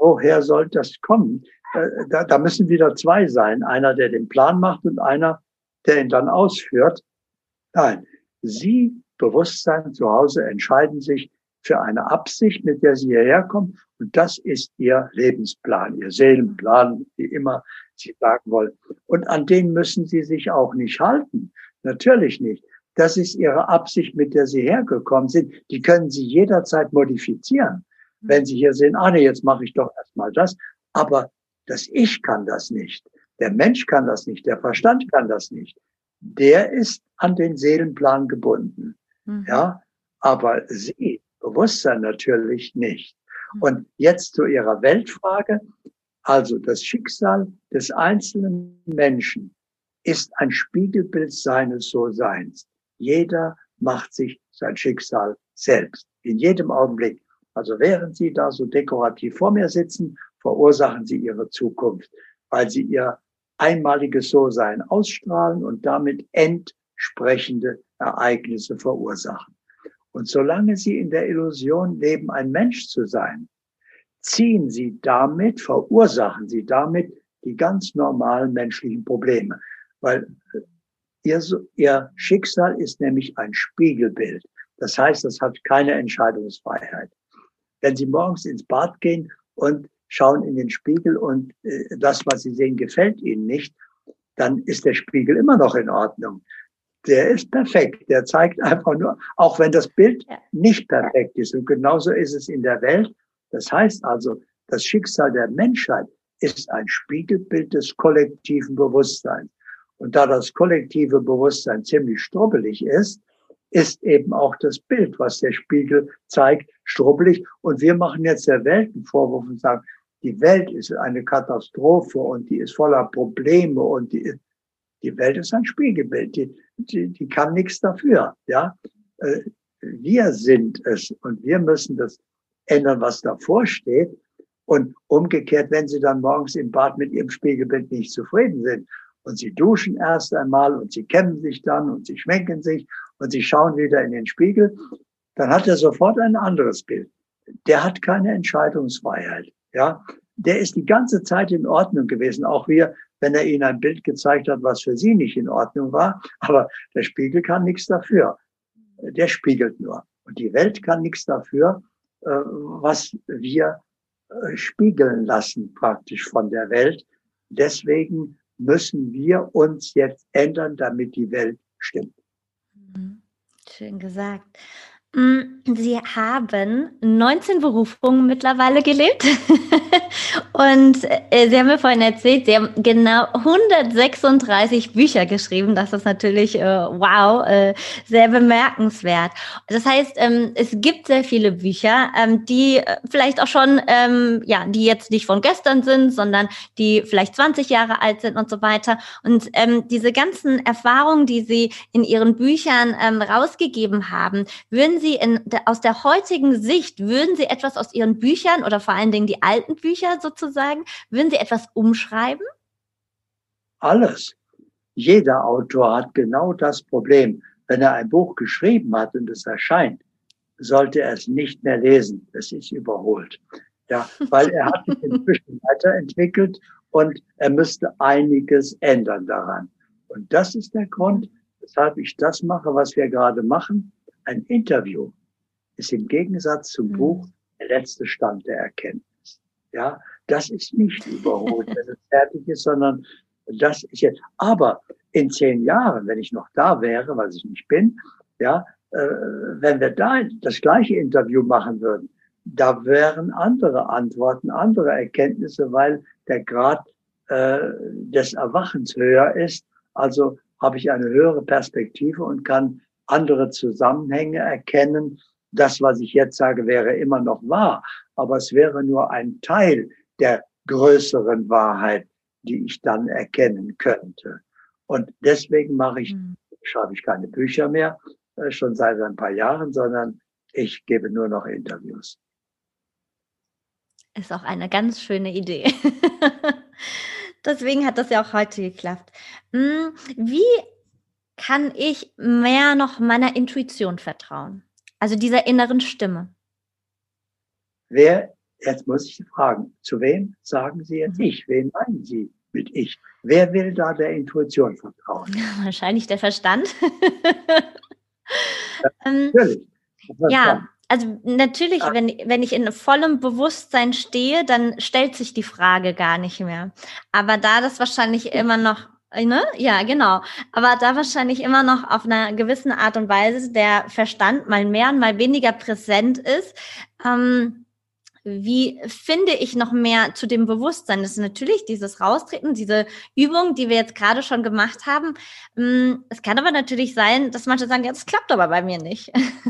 woher soll das kommen? Da müssen wieder zwei sein. Einer, der den Plan macht und einer, der ihn dann ausführt. Nein, Sie, Bewusstsein zu Hause, entscheiden sich für eine Absicht, mit der Sie hierher kommen. Und das ist Ihr Lebensplan, Ihr Seelenplan, wie immer Sie sagen wollen. Und an den müssen Sie sich auch nicht halten. Natürlich nicht. Das ist Ihre Absicht, mit der Sie hergekommen sind. Die können Sie jederzeit modifizieren. Wenn Sie hier sehen, nee, jetzt mache ich doch erstmal das. Aber das Ich kann das nicht. Der Mensch kann das nicht. Der Verstand kann das nicht. Der ist an den Seelenplan gebunden. Ja, aber Sie, Bewusstsein natürlich nicht. Und jetzt zu Ihrer Weltfrage. Also das Schicksal des einzelnen Menschen ist ein Spiegelbild seines So-Seins. Jeder macht sich sein Schicksal selbst, in jedem Augenblick. Also während Sie da so dekorativ vor mir sitzen, verursachen Sie Ihre Zukunft, weil Sie Ihr einmaliges So-Sein ausstrahlen und damit entsprechende Ereignisse verursachen. Und solange Sie in der Illusion leben, ein Mensch zu sein, verursachen Sie damit die ganz normalen menschlichen Probleme. Weil Ihr Schicksal ist nämlich ein Spiegelbild. Das heißt, es hat keine Entscheidungsfreiheit. Wenn Sie morgens ins Bad gehen und schauen in den Spiegel und das, was Sie sehen, gefällt Ihnen nicht, dann ist der Spiegel immer noch in Ordnung. Der ist perfekt. Der zeigt einfach nur, auch wenn das Bild nicht perfekt ist. Und genauso ist es in der Welt. Das heißt also, das Schicksal der Menschheit ist ein Spiegelbild des kollektiven Bewusstseins. Und da das kollektive Bewusstsein ziemlich strubbelig ist eben auch das Bild, was der Spiegel zeigt, strubbelig. Und wir machen jetzt der Welt einen Vorwurf und sagen, die Welt ist eine Katastrophe und die ist voller Probleme und die Welt ist ein Spiegelbild. Die kann nichts dafür. Ja, wir sind es und wir müssen das ändern, was davor steht. Und umgekehrt, wenn Sie dann morgens im Bad mit Ihrem Spiegelbild nicht zufrieden sind und Sie duschen erst einmal und Sie kämmen sich dann und Sie schminken sich und Sie schauen wieder in den Spiegel, dann hat er sofort ein anderes Bild. Der hat keine Entscheidungsfreiheit. Ja, der ist die ganze Zeit in Ordnung gewesen. Auch wenn er Ihnen ein Bild gezeigt hat, was für Sie nicht in Ordnung war. Aber der Spiegel kann nichts dafür. Der spiegelt nur. Und die Welt kann nichts dafür, was wir spiegeln lassen praktisch von der Welt. Deswegen müssen wir uns jetzt ändern, damit die Welt stimmt. Schön gesagt. Sie haben 19 Berufungen mittlerweile gelebt und Sie haben mir vorhin erzählt, Sie haben genau 136 Bücher geschrieben. Das ist natürlich, wow, sehr bemerkenswert. Das heißt, es gibt sehr viele Bücher, die vielleicht auch schon, die jetzt nicht von gestern sind, sondern die vielleicht 20 Jahre alt sind und so weiter. Und diese ganzen Erfahrungen, die Sie in Ihren Büchern rausgegeben haben, würden Sie aus der heutigen Sicht, würden Sie etwas aus Ihren Büchern oder vor allen Dingen die alten Bücher sozusagen, würden Sie etwas umschreiben? Alles. Jeder Autor hat genau das Problem. Wenn er ein Buch geschrieben hat und es erscheint, sollte er es nicht mehr lesen. Es ist überholt. Ja, weil er hat sich inzwischen weiterentwickelt und er müsste einiges ändern daran. Und das ist der Grund, weshalb ich das mache, was wir gerade machen. Ein Interview ist im Gegensatz zum Buch der letzte Stand der Erkenntnis. Ja, das ist nicht überholt, wenn es fertig ist, sondern das ist jetzt. Aber in 10 Jahren, wenn ich noch da wäre, was ich nicht bin, ja, wenn wir da das gleiche Interview machen würden, da wären andere Antworten, andere Erkenntnisse, weil der Grad des Erwachens höher ist. Also habe ich eine höhere Perspektive und kann andere Zusammenhänge erkennen. Das, was ich jetzt sage, wäre immer noch wahr, aber es wäre nur ein Teil der größeren Wahrheit, die ich dann erkennen könnte. Und deswegen schreibe ich keine Bücher mehr, schon seit ein paar Jahren, sondern ich gebe nur noch Interviews. Ist auch eine ganz schöne Idee. Deswegen hat das ja auch heute geklappt. Wie kann ich mehr noch meiner Intuition vertrauen? Also dieser inneren Stimme. Wer Jetzt muss ich Sie fragen, zu wem sagen Sie jetzt ich? Wen meinen Sie mit ich? Wer will da der Intuition vertrauen? Wahrscheinlich der Verstand. Natürlich. Ja, also natürlich, Ah, wenn ich in vollem Bewusstsein stehe, dann stellt sich die Frage gar nicht mehr. Aber da das wahrscheinlich immer noch, ne? Ja, genau. Aber da wahrscheinlich immer noch auf einer gewissen Art und Weise der Verstand mal mehr und mal weniger präsent ist, wie finde ich noch mehr zu dem Bewusstsein? Das ist natürlich dieses Raustreten, diese Übung, die wir jetzt gerade schon gemacht haben. Es kann aber natürlich sein, dass manche sagen, ja, das klappt aber bei mir nicht.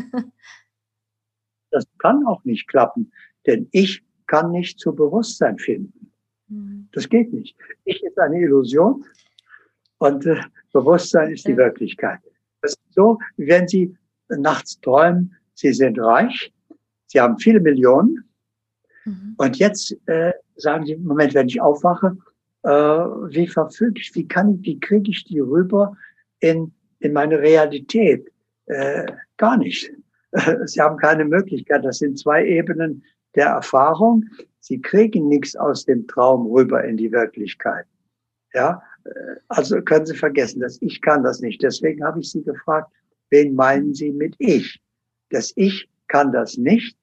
das kann auch nicht klappen, denn ich kann nicht zu Bewusstsein finden. Das geht nicht. Ich ist eine Illusion und Bewusstsein ist die Wirklichkeit. Das ist so, wie wenn Sie nachts träumen, Sie sind reich, Sie haben viele Millionen und jetzt sagen Sie, Moment, wenn ich aufwache, wie verfüge ich, wie kriege ich die rüber in meine Realität? Gar nicht. Sie haben keine Möglichkeit. Das sind zwei Ebenen der Erfahrung. Sie kriegen nichts aus dem Traum rüber in die Wirklichkeit. Ja, also können Sie vergessen, dass ich kann das nicht. Deswegen habe ich Sie gefragt, wen meinen Sie mit ich? Das Ich kann das nicht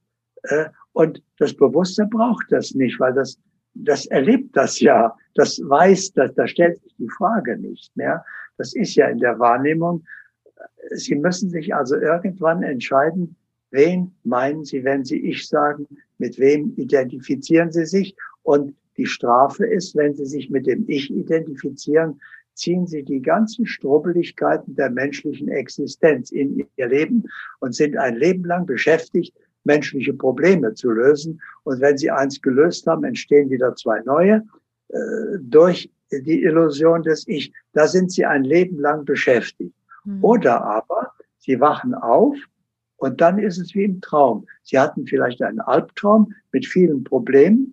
und das Bewusstsein braucht das nicht, weil das erlebt das ja, das weiß, da stellt sich die Frage nicht mehr. Das ist ja in der Wahrnehmung. Sie müssen sich also irgendwann entscheiden, wen meinen Sie, wenn Sie ich sagen, mit wem identifizieren Sie sich? Und die Strafe ist, wenn Sie sich mit dem Ich identifizieren, ziehen Sie die ganzen Strubbeligkeiten der menschlichen Existenz in Ihr Leben und sind ein Leben lang beschäftigt, menschliche Probleme zu lösen. Und wenn Sie eins gelöst haben, entstehen wieder zwei neue durch die Illusion des Ich. Da sind Sie ein Leben lang beschäftigt. Oder aber Sie wachen auf und dann ist es wie im Traum. Sie hatten vielleicht einen Albtraum mit vielen Problemen.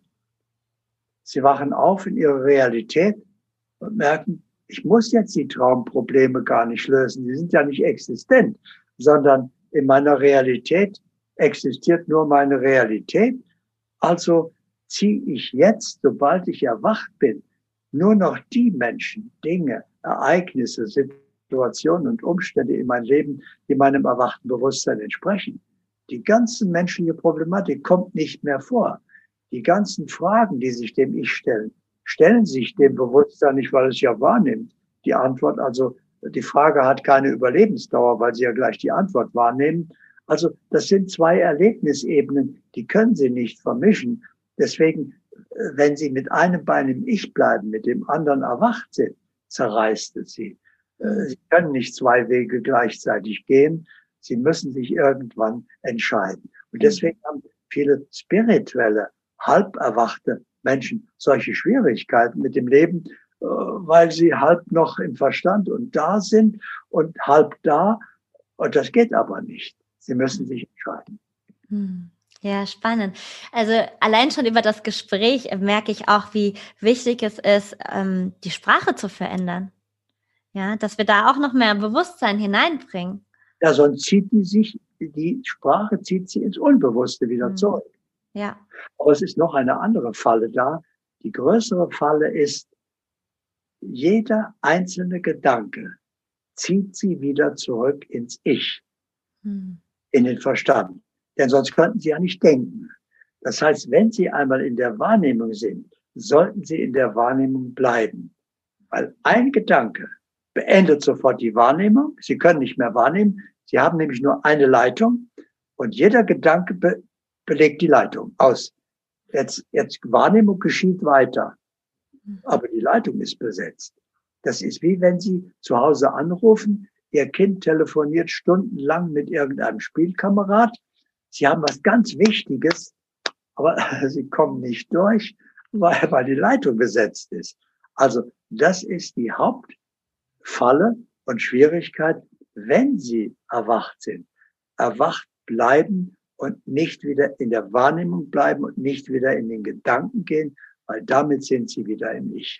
Sie wachen auf in ihrer Realität und merken, ich muss jetzt die Traumprobleme gar nicht lösen. Die sind ja nicht existent, sondern in meiner Realität existiert nur meine Realität. Also ziehe ich jetzt, sobald ich erwacht bin, nur noch die Menschen, Dinge, Ereignisse, Situationen und Umstände in mein Leben, die meinem erwachten Bewusstsein entsprechen. Die ganze menschliche Problematik kommt nicht mehr vor. Die ganzen Fragen, die sich dem Ich stellen, stellen sich dem Bewusstsein nicht, weil es ja wahrnimmt. Die Antwort, also die Frage hat keine Überlebensdauer, weil Sie ja gleich die Antwort wahrnehmen. Also das sind zwei Erlebnisebenen, die können Sie nicht vermischen. Deswegen, wenn Sie mit einem Bein im Ich bleiben, mit dem anderen erwacht sind, zerreißt es Sie. Sie können nicht zwei Wege gleichzeitig gehen. Sie müssen sich irgendwann entscheiden. Und deswegen haben viele spirituelle, halb erwachte Menschen solche Schwierigkeiten mit dem Leben, weil sie halb noch im Verstand und da sind und halb da. Und das geht aber nicht. Sie müssen sich entscheiden. Ja, spannend. Also allein schon über das Gespräch merke ich auch, wie wichtig es ist, die Sprache zu verändern. Ja, dass wir da auch noch mehr Bewusstsein hineinbringen. Ja, sonst zieht die Sprache zieht sie ins Unbewusste wieder zurück. Ja. Aber es ist noch eine andere Falle da. Die größere Falle ist, jeder einzelne Gedanke zieht sie wieder zurück ins Ich, in den Verstand. Denn sonst könnten sie ja nicht denken. Das heißt, wenn sie einmal in der Wahrnehmung sind, sollten sie in der Wahrnehmung bleiben. Weil ein Gedanke beendet sofort die Wahrnehmung. Sie können nicht mehr wahrnehmen. Sie haben nämlich nur eine Leitung und jeder Gedanke belegt die Leitung aus. Jetzt Wahrnehmung geschieht weiter, aber die Leitung ist besetzt. Das ist wie wenn Sie zu Hause anrufen, Ihr Kind telefoniert stundenlang mit irgendeinem Spielkamerad. Sie haben was ganz Wichtiges, aber Sie kommen nicht durch, weil die Leitung besetzt ist. Also das ist die Hauptfalle und Schwierigkeit, wenn Sie erwacht sind. Erwacht bleiben und nicht wieder in der Wahrnehmung bleiben und nicht wieder in den Gedanken gehen, weil damit sind Sie wieder im Ich.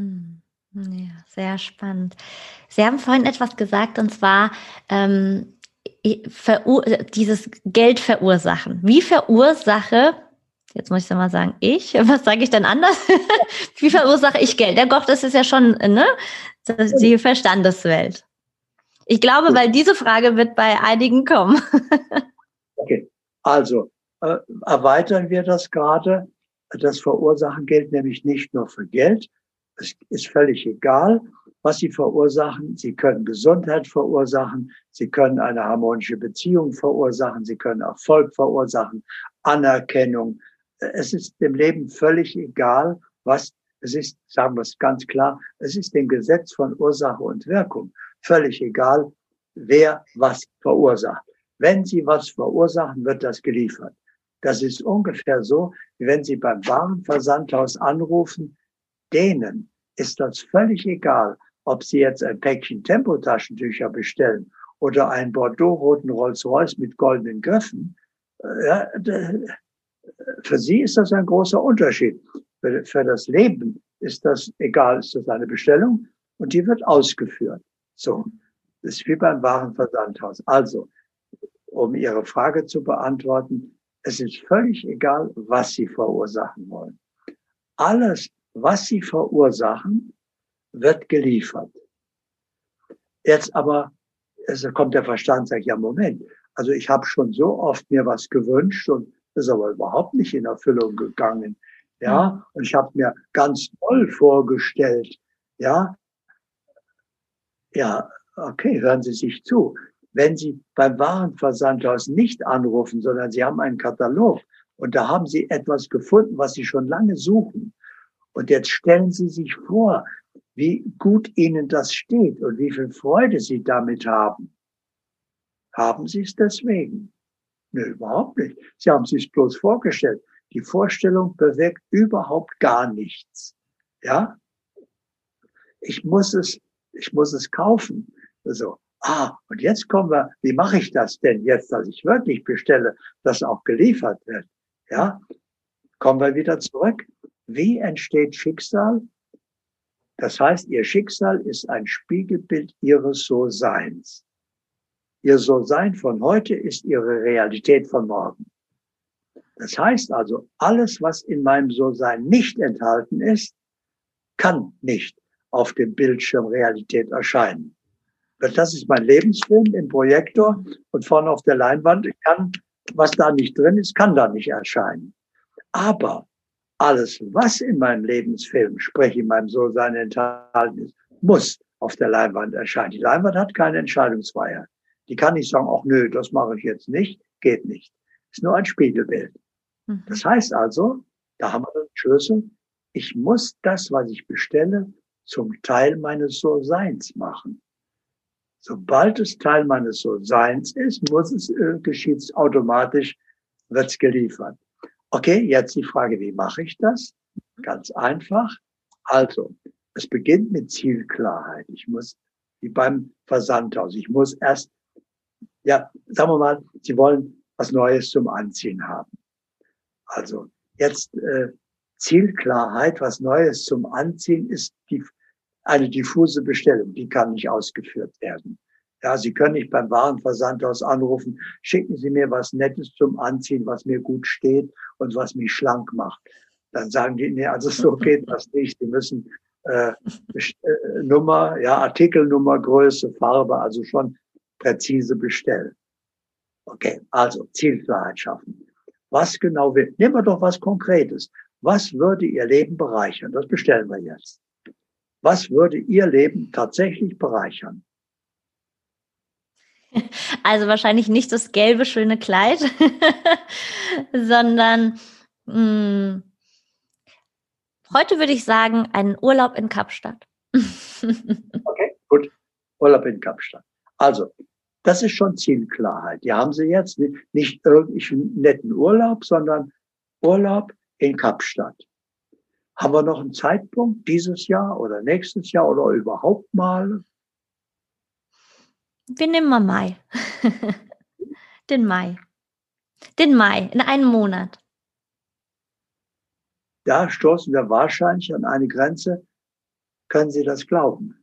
Ja, sehr spannend. Sie haben vorhin etwas gesagt, und zwar dieses Geld verursachen. Wie verursache Jetzt muss ich mal sagen, was sage ich denn anders? Wie verursache ich Geld? Ja, Gott, das ist ja schon, ne? Das ist die Verstandeswelt. Ich glaube, weil diese Frage wird bei einigen kommen. Okay, also erweitern wir das gerade. Das Verursachen gilt nämlich nicht nur für Geld. Es ist völlig egal, was Sie verursachen. Sie können Gesundheit verursachen. Sie können eine harmonische Beziehung verursachen. Sie können Erfolg verursachen, Anerkennung. Es ist dem Leben völlig egal, was es ist. Sagen wir es ganz klar. Es ist dem Gesetz von Ursache und Wirkung völlig egal, wer was verursacht. Wenn Sie was verursachen, wird das geliefert. Das ist ungefähr so, wie wenn Sie beim Warenversandhaus anrufen. Denen ist das völlig egal, ob Sie jetzt ein Päckchen Tempotaschentücher bestellen oder einen Bordeaux-roten Rolls-Royce mit goldenen Griffen. Ja, für Sie ist das ein großer Unterschied. Für das Leben ist das egal, ist das eine Bestellung und die wird ausgeführt. So, das ist wie beim Warenversandhaus. Also, um Ihre Frage zu beantworten, es ist völlig egal, was Sie verursachen wollen. Alles, was Sie verursachen, wird geliefert. Jetzt aber, es kommt der Verstand und sagt, ja Moment, also ich habe schon so oft mir was gewünscht und ist aber überhaupt nicht in Erfüllung gegangen. Ja, und ich habe mir ganz toll vorgestellt. Ja, ja, okay, hören Sie sich zu. Wenn Sie beim Warenversandhaus nicht anrufen, sondern Sie haben einen Katalog und da haben Sie etwas gefunden, was Sie schon lange suchen. Und jetzt stellen Sie sich vor, wie gut Ihnen das steht und wie viel Freude Sie damit haben. Haben Sie es deswegen? Nö, überhaupt nicht. Sie haben es sich bloß vorgestellt. Die Vorstellung bewirkt überhaupt gar nichts. Ja? Ich muss es kaufen. So. Und jetzt kommen wir, wie mache ich das denn jetzt, dass ich wirklich bestelle, dass auch geliefert wird? Ja? Kommen wir wieder zurück. Wie entsteht Schicksal? Das heißt, Ihr Schicksal ist ein Spiegelbild Ihres So-Seins. Ihr So-Sein von heute ist Ihre Realität von morgen. Das heißt also, alles, was in meinem So-Sein nicht enthalten ist, kann nicht auf dem Bildschirm Realität erscheinen. Das ist mein Lebensfilm im Projektor und vorne auf der Leinwand kann, was da nicht drin ist, kann da nicht erscheinen. Aber alles, was in meinem Lebensfilm, sprich in meinem So-Sein enthalten ist, muss auf der Leinwand erscheinen. Die Leinwand hat keine Entscheidungsfreiheit. Die kann nicht sagen, ach nö, das mache ich jetzt nicht, geht nicht. Ist nur ein Spiegelbild. Das heißt also, da haben wir den Schlüssel, ich muss das, was ich bestelle, zum Teil meines So-Seins machen. Sobald es Teil meines So-Seins ist, geschieht es automatisch, wird es geliefert. Okay, jetzt die Frage, wie mache ich das? Ganz einfach. Also, es beginnt mit Zielklarheit. Ich muss, wie beim Versandhaus, ich muss erst, ja, sagen wir mal, Sie wollen was Neues zum Anziehen haben. Also, jetzt Zielklarheit, was Neues zum Anziehen ist eine diffuse Bestellung, die kann nicht ausgeführt werden. Ja, Sie können nicht beim Warenversandhaus anrufen, schicken Sie mir was Nettes zum Anziehen, was mir gut steht und was mich schlank macht. Dann sagen die, nee, also so geht das nicht. Sie müssen Nummer, ja, Artikelnummer, Größe, Farbe, also schon präzise bestellen. Okay, also Zielklarheit schaffen. Was genau will? Nehmen wir doch was Konkretes. Was würde Ihr Leben bereichern? Das bestellen wir jetzt. Was würde Ihr Leben tatsächlich bereichern? Also wahrscheinlich nicht das gelbe, schöne Kleid, sondern heute würde ich sagen, einen Urlaub in Kapstadt. Okay, gut. Urlaub in Kapstadt. Also, das ist schon Zielklarheit. Die haben Sie jetzt nicht irgendeinen netten Urlaub, sondern Urlaub in Kapstadt. Haben wir noch einen Zeitpunkt dieses Jahr oder nächstes Jahr oder überhaupt mal? Wir nehmen mal Mai. Den Mai. Den Mai, in einem Monat. Da stoßen wir wahrscheinlich an eine Grenze. Können Sie das glauben?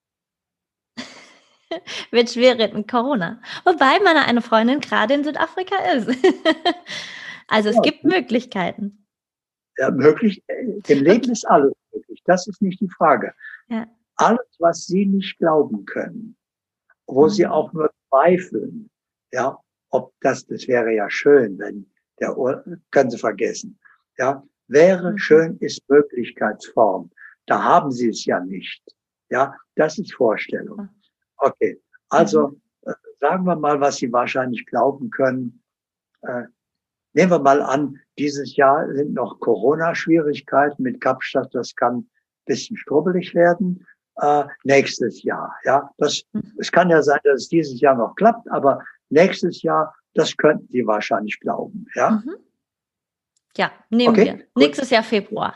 Wird schwierig mit Corona. Wobei meine eine Freundin gerade in Südafrika ist. Also es Ja, gibt Möglichkeiten. ja, möglich, dem Leben ist alles möglich. Das ist nicht die Frage. Ja. Alles, was Sie nicht glauben können, wo Sie Mhm. auch nur zweifeln, ja, ob das wäre ja schön, wenn können Sie vergessen, ja, wäre schön ist Möglichkeitsform. Da haben Sie es ja nicht. Ja, das ist Vorstellung. Okay, also sagen wir mal, was Sie wahrscheinlich glauben können. Äh, Nehmen wir mal an, dieses Jahr sind noch Corona-Schwierigkeiten mit Kapstadt. Das kann ein bisschen strubbelig werden. Nächstes Jahr, ja. Es kann ja sein, dass es dieses Jahr noch klappt, aber nächstes Jahr, das könnten Sie wahrscheinlich glauben, ja. Mhm. Ja, nehmen wir. Okay, gut. Nächstes Jahr Februar.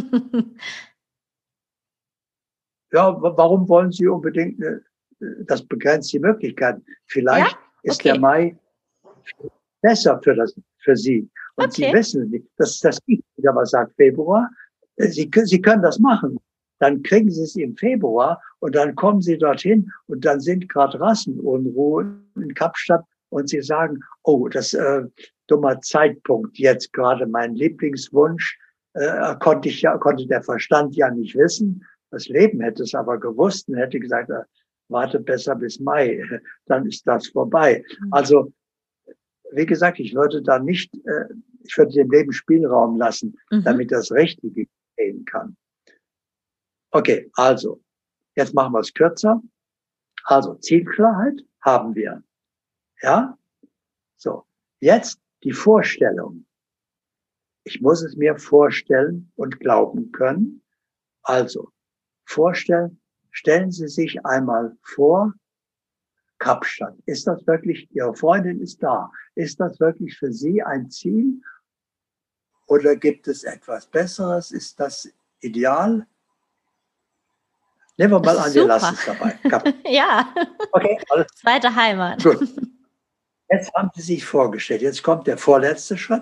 Ja, warum wollen Sie unbedingt, das begrenzt die Möglichkeiten. Ja? Vielleicht ist der Okay. Mai besser für Sie. Und Sie Okay. wissen, dass das nicht wieder was sagt Februar. Sie können das machen. Dann kriegen Sie es im Februar und dann kommen Sie dorthin und dann sind gerade Rassenunruhen in Kapstadt und Sie sagen, oh, das dummer Zeitpunkt jetzt gerade mein Lieblingswunsch konnte der Verstand ja nicht wissen. Das Leben hätte es aber gewusst und hätte gesagt, warte besser bis Mai, dann ist das vorbei. Also wie gesagt, ich würde dem Leben Spielraum lassen, damit das Richtige gehen kann. Okay, also, jetzt machen wir es kürzer. Also, Zielklarheit haben wir. Ja? So. Jetzt die Vorstellung. Ich muss es mir vorstellen und glauben können. Also, vorstellen. Stellen Sie sich einmal vor, Kapstadt. Ist das wirklich, Ihre Freundin ist da. Ist das wirklich für Sie ein Ziel? Oder gibt es etwas Besseres? Ist das ideal? Nehmen wir Das mal ist an, wir super. lassen es dabei. Ja. Okay, alles Zweite Heimat. gut. Jetzt haben Sie sich vorgestellt. Jetzt kommt der vorletzte Schritt.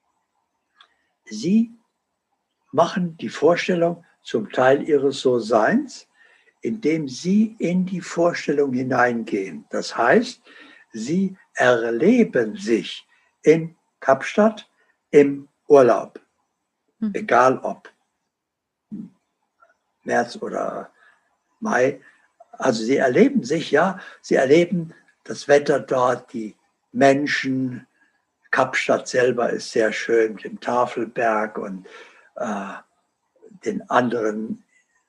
Sie machen die Vorstellung zum Teil Ihres So-Seins, indem Sie in die Vorstellung hineingehen. Das heißt, Sie erleben sich in Kapstadt im Urlaub. Egal ob März oder Mai. Also Sie erleben sich, ja, Sie erleben das Wetter dort, die Menschen. Kapstadt selber ist sehr schön mit dem Tafelberg und den anderen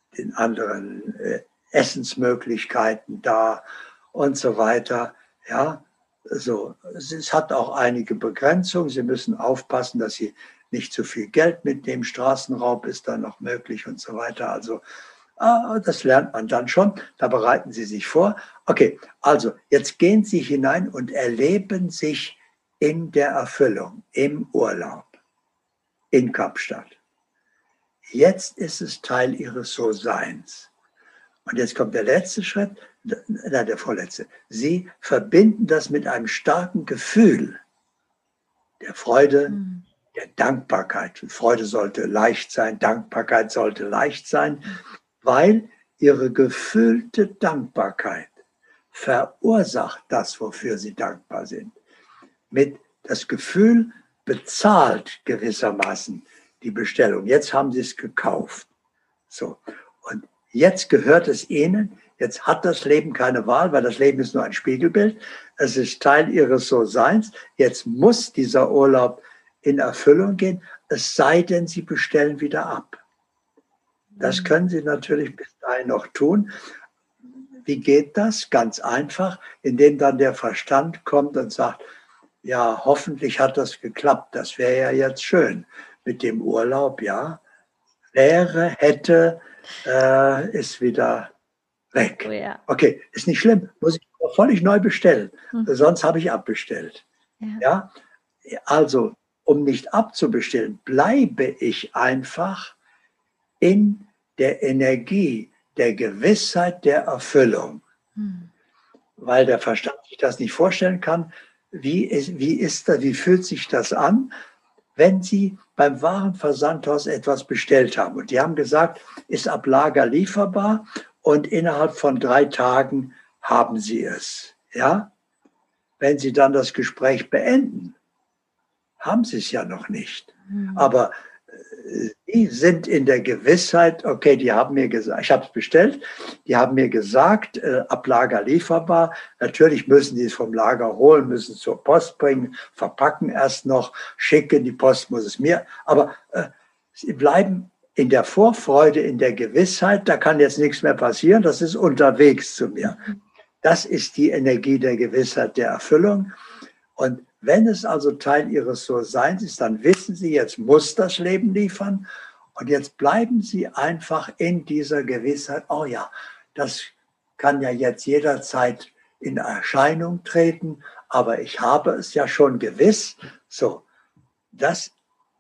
Essensmöglichkeiten da und so weiter. Ja, so. Es hat auch einige Begrenzungen. Sie müssen aufpassen, dass Sie nicht zu viel Geld mitnehmen. Straßenraub ist dann noch möglich und so weiter. Also das lernt man dann schon. Da bereiten Sie sich vor. Okay, also jetzt gehen Sie hinein und erleben sich in der Erfüllung, im Urlaub, in Kapstadt. Jetzt ist es Teil Ihres So-Seins. Und jetzt kommt der letzte Schritt, der vorletzte. Sie verbinden das mit einem starken Gefühl der Freude, der Dankbarkeit. Freude sollte leicht sein, Dankbarkeit sollte leicht sein, weil Ihre gefühlte Dankbarkeit verursacht das, wofür Sie dankbar sind. Mit das Gefühl bezahlt gewissermaßen die Bestellung. Jetzt haben Sie es gekauft. So. Und jetzt gehört es Ihnen. Jetzt hat das Leben keine Wahl, weil das Leben ist nur ein Spiegelbild. Es ist Teil Ihres So-Seins. Jetzt muss dieser Urlaub in Erfüllung gehen, es sei denn, Sie bestellen wieder ab. Das können Sie natürlich bis dahin noch tun. Wie geht das? Ganz einfach, indem dann der Verstand kommt und sagt, ja, hoffentlich hat das geklappt. Das wäre ja jetzt schön mit dem Urlaub, ja. Wäre, hätte, ist wieder weg. Oh ja. Okay, ist nicht schlimm. Muss ich völlig neu bestellen. Sonst habe ich abbestellt. Ja. Also, um nicht abzubestellen, bleibe ich einfach in der Energie der Gewissheit der Erfüllung. Weil der Verstand sich das nicht vorstellen kann. Wie fühlt sich das an, wenn Sie beim Warenversandhaus etwas bestellt haben und die haben gesagt, ist ab Lager lieferbar und innerhalb von 3 Tagen haben Sie es. Ja? Wenn Sie dann das Gespräch beenden, haben sie es ja noch nicht. Aber die sind in der Gewissheit, okay, die haben mir gesagt, ich habe es bestellt, die haben mir gesagt, ab Lager lieferbar. Natürlich müssen die es vom Lager holen, müssen es zur Post bringen, verpacken erst noch, schicken, die Post muss es mir. Aber sie bleiben in der Vorfreude, in der Gewissheit, da kann jetzt nichts mehr passieren, das ist unterwegs zu mir. Das ist die Energie der Gewissheit, der Erfüllung. Und wenn es also Teil ihres So-Seins ist, dann wissen sie, jetzt muss das Leben liefern. Und jetzt bleiben sie einfach in dieser Gewissheit, oh ja, das kann ja jetzt jederzeit in Erscheinung treten, aber ich habe es ja schon gewiss. So, das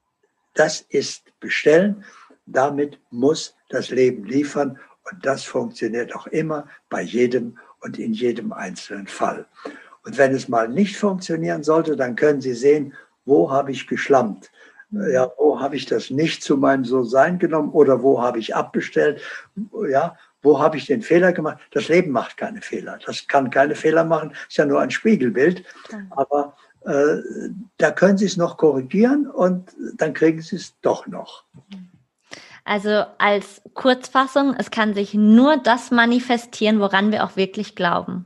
ist bestellen. Damit muss das Leben liefern. Und das funktioniert auch immer bei jedem und in jedem einzelnen Fall. Und wenn es mal nicht funktionieren sollte, dann können Sie sehen, wo habe ich geschlampt? Ja, wo habe ich das nicht zu meinem So-Sein genommen oder wo habe ich abbestellt? Ja, wo habe ich den Fehler gemacht? Das Leben macht keine Fehler. Das kann keine Fehler machen. Ist ja nur ein Spiegelbild. Aber da können Sie es noch korrigieren und dann kriegen Sie es doch noch. Also als Kurzfassung, es kann sich nur das manifestieren, woran wir auch wirklich glauben.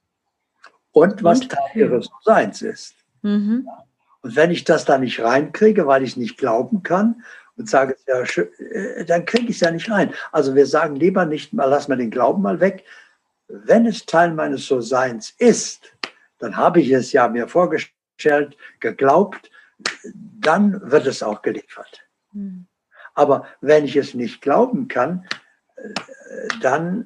Und was Teil ihres Seins ist. Und wenn ich das da nicht reinkriege, weil ich es nicht glauben kann und sage, ja, dann kriege ich es ja nicht rein. Also wir sagen lieber nicht mal, lass mal den Glauben mal weg. Wenn es Teil meines So-Seins ist, dann habe ich es ja mir vorgestellt, geglaubt, dann wird es auch geliefert. Aber wenn ich es nicht glauben kann, dann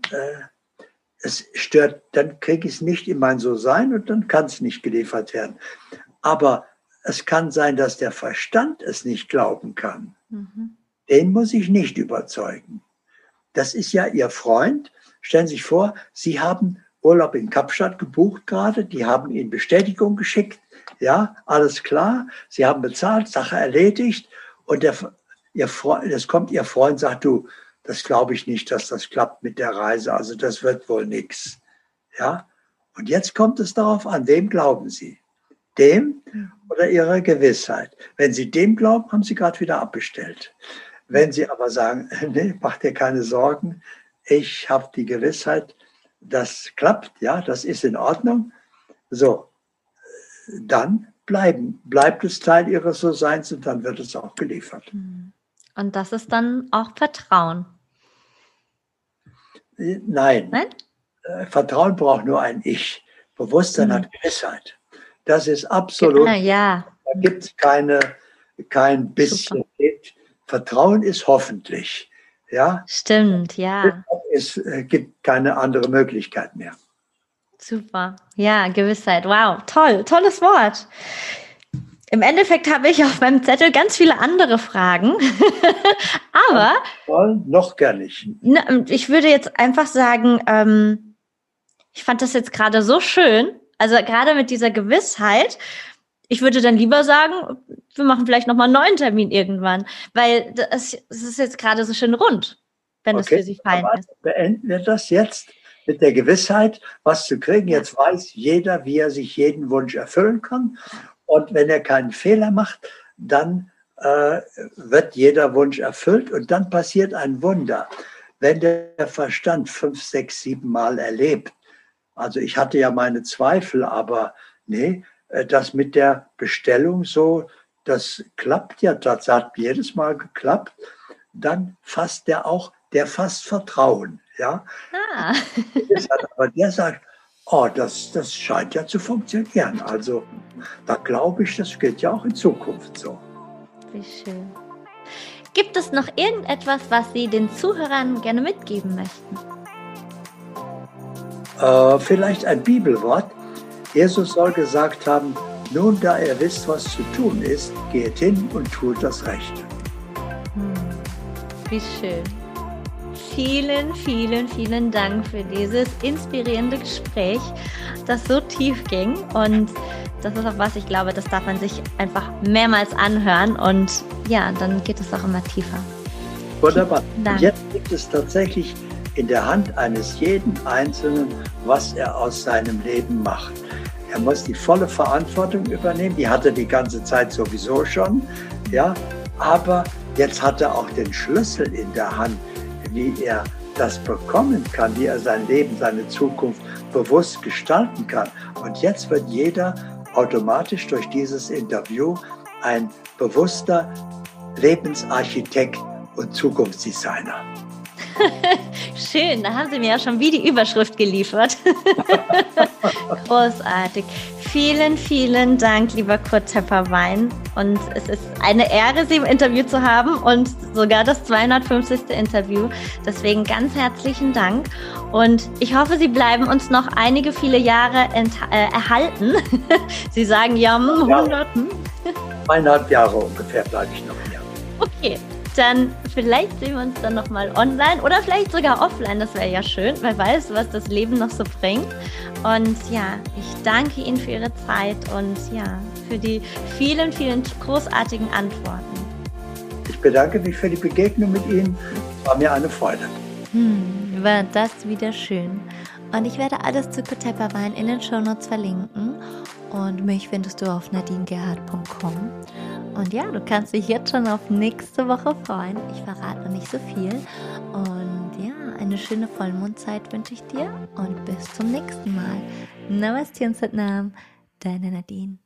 es stört, dann kriege ich es nicht in mein So-Sein und dann kann es nicht geliefert werden. Aber es kann sein, dass der Verstand es nicht glauben kann. Den muss ich nicht überzeugen. Das ist ja Ihr Freund. Stellen Sie sich vor, Sie haben Urlaub in Kapstadt gebucht gerade, die haben Ihnen Bestätigung geschickt. Ja, alles klar, Sie haben bezahlt, Sache erledigt und es kommt Ihr Freund, sagt, du, das glaube ich nicht, dass das klappt mit der Reise. Also das wird wohl nichts. Ja? Und jetzt kommt es darauf an, wem glauben Sie? Dem oder Ihrer Gewissheit? Wenn Sie dem glauben, haben Sie gerade wieder abbestellt. Wenn Sie aber sagen, nee, mach dir keine Sorgen, ich habe die Gewissheit, das klappt, ja, das ist in Ordnung. So, dann bleibt es Teil Ihres So-Seins und dann wird es auch geliefert. Und das ist dann auch Vertrauen. Nein? Vertrauen braucht nur ein Ich. Bewusstsein hat Gewissheit. Das ist absolut, ja. Da gibt es kein bisschen. Vertrauen ist hoffentlich. Ja? Stimmt, ja. Es gibt keine andere Möglichkeit mehr. Super, ja, Gewissheit. Wow, toll, tolles Wort. Im Endeffekt habe ich auf meinem Zettel ganz viele andere Fragen, aber noch gar nicht. Ich würde jetzt einfach sagen, ich fand das jetzt gerade so schön, also gerade mit dieser Gewissheit, ich würde dann lieber sagen, wir machen vielleicht nochmal einen neuen Termin irgendwann, weil es ist jetzt gerade so schön rund, wenn das für Sie fein ist. Beenden wir das jetzt mit der Gewissheit, was zu kriegen. Jetzt weiß jeder, wie er sich jeden Wunsch erfüllen kann. Und wenn er keinen Fehler macht, dann wird jeder Wunsch erfüllt und dann passiert ein Wunder. Wenn der Verstand 5, 6, 7 Mal erlebt, also ich hatte ja meine Zweifel, aber nee, das mit der Bestellung so, das klappt ja, das hat jedes Mal geklappt, dann fasst der fasst Vertrauen. Ja? Aber der sagt, oh, das scheint ja zu funktionieren. Also da glaube ich, das geht ja auch in Zukunft so. Wie schön. Gibt es noch irgendetwas, was Sie den Zuhörern gerne mitgeben möchten? Vielleicht ein Bibelwort. Jesus soll gesagt haben, nun da ihr wisst, was zu tun ist, geht hin und tut das Rechte. Wie schön. Vielen, vielen, vielen Dank für dieses inspirierende Gespräch, das so tief ging. Und das ist auch was, ich glaube, das darf man sich einfach mehrmals anhören. Und ja, dann geht es auch immer tiefer. Wunderbar. Und jetzt liegt es tatsächlich in der Hand eines jeden Einzelnen, was er aus seinem Leben macht. Er muss die volle Verantwortung übernehmen. Die hat er die ganze Zeit sowieso schon. Ja? Aber jetzt hat er auch den Schlüssel in der Hand, wie er das bekommen kann, wie er sein Leben, seine Zukunft bewusst gestalten kann. Und jetzt wird jeder automatisch durch dieses Interview ein bewusster Lebensarchitekt und Zukunftsdesigner. Schön, da haben Sie mir ja schon wie die Überschrift geliefert. Großartig. Vielen, vielen Dank, lieber Kurt Tepperwein. Und es ist eine Ehre, Sie im Interview zu haben und sogar das 250. Interview. Deswegen ganz herzlichen Dank. Und ich hoffe, Sie bleiben uns noch einige, viele Jahre erhalten. Sie sagen ja, 100. 1,5 Jahre ungefähr bleibe ich noch hier. Okay. Dann vielleicht sehen wir uns dann nochmal online oder vielleicht sogar offline, das wäre ja schön. Wer weiß, was das Leben noch so bringt. Und ja, ich danke Ihnen für Ihre Zeit und ja, für die vielen, vielen großartigen Antworten. Ich bedanke mich für die Begegnung mit Ihnen. Es war mir eine Freude. War das wieder schön. Und ich werde alles zu Kurt Tepperwein in den Shownotes verlinken. Und mich findest du auf nadinegerhardt.com. Und ja, du kannst dich jetzt schon auf nächste Woche freuen. Ich verrate noch nicht so viel. Und ja, eine schöne Vollmondzeit wünsche ich dir. Und bis zum nächsten Mal. Namaste und Satnam, deine Nadine.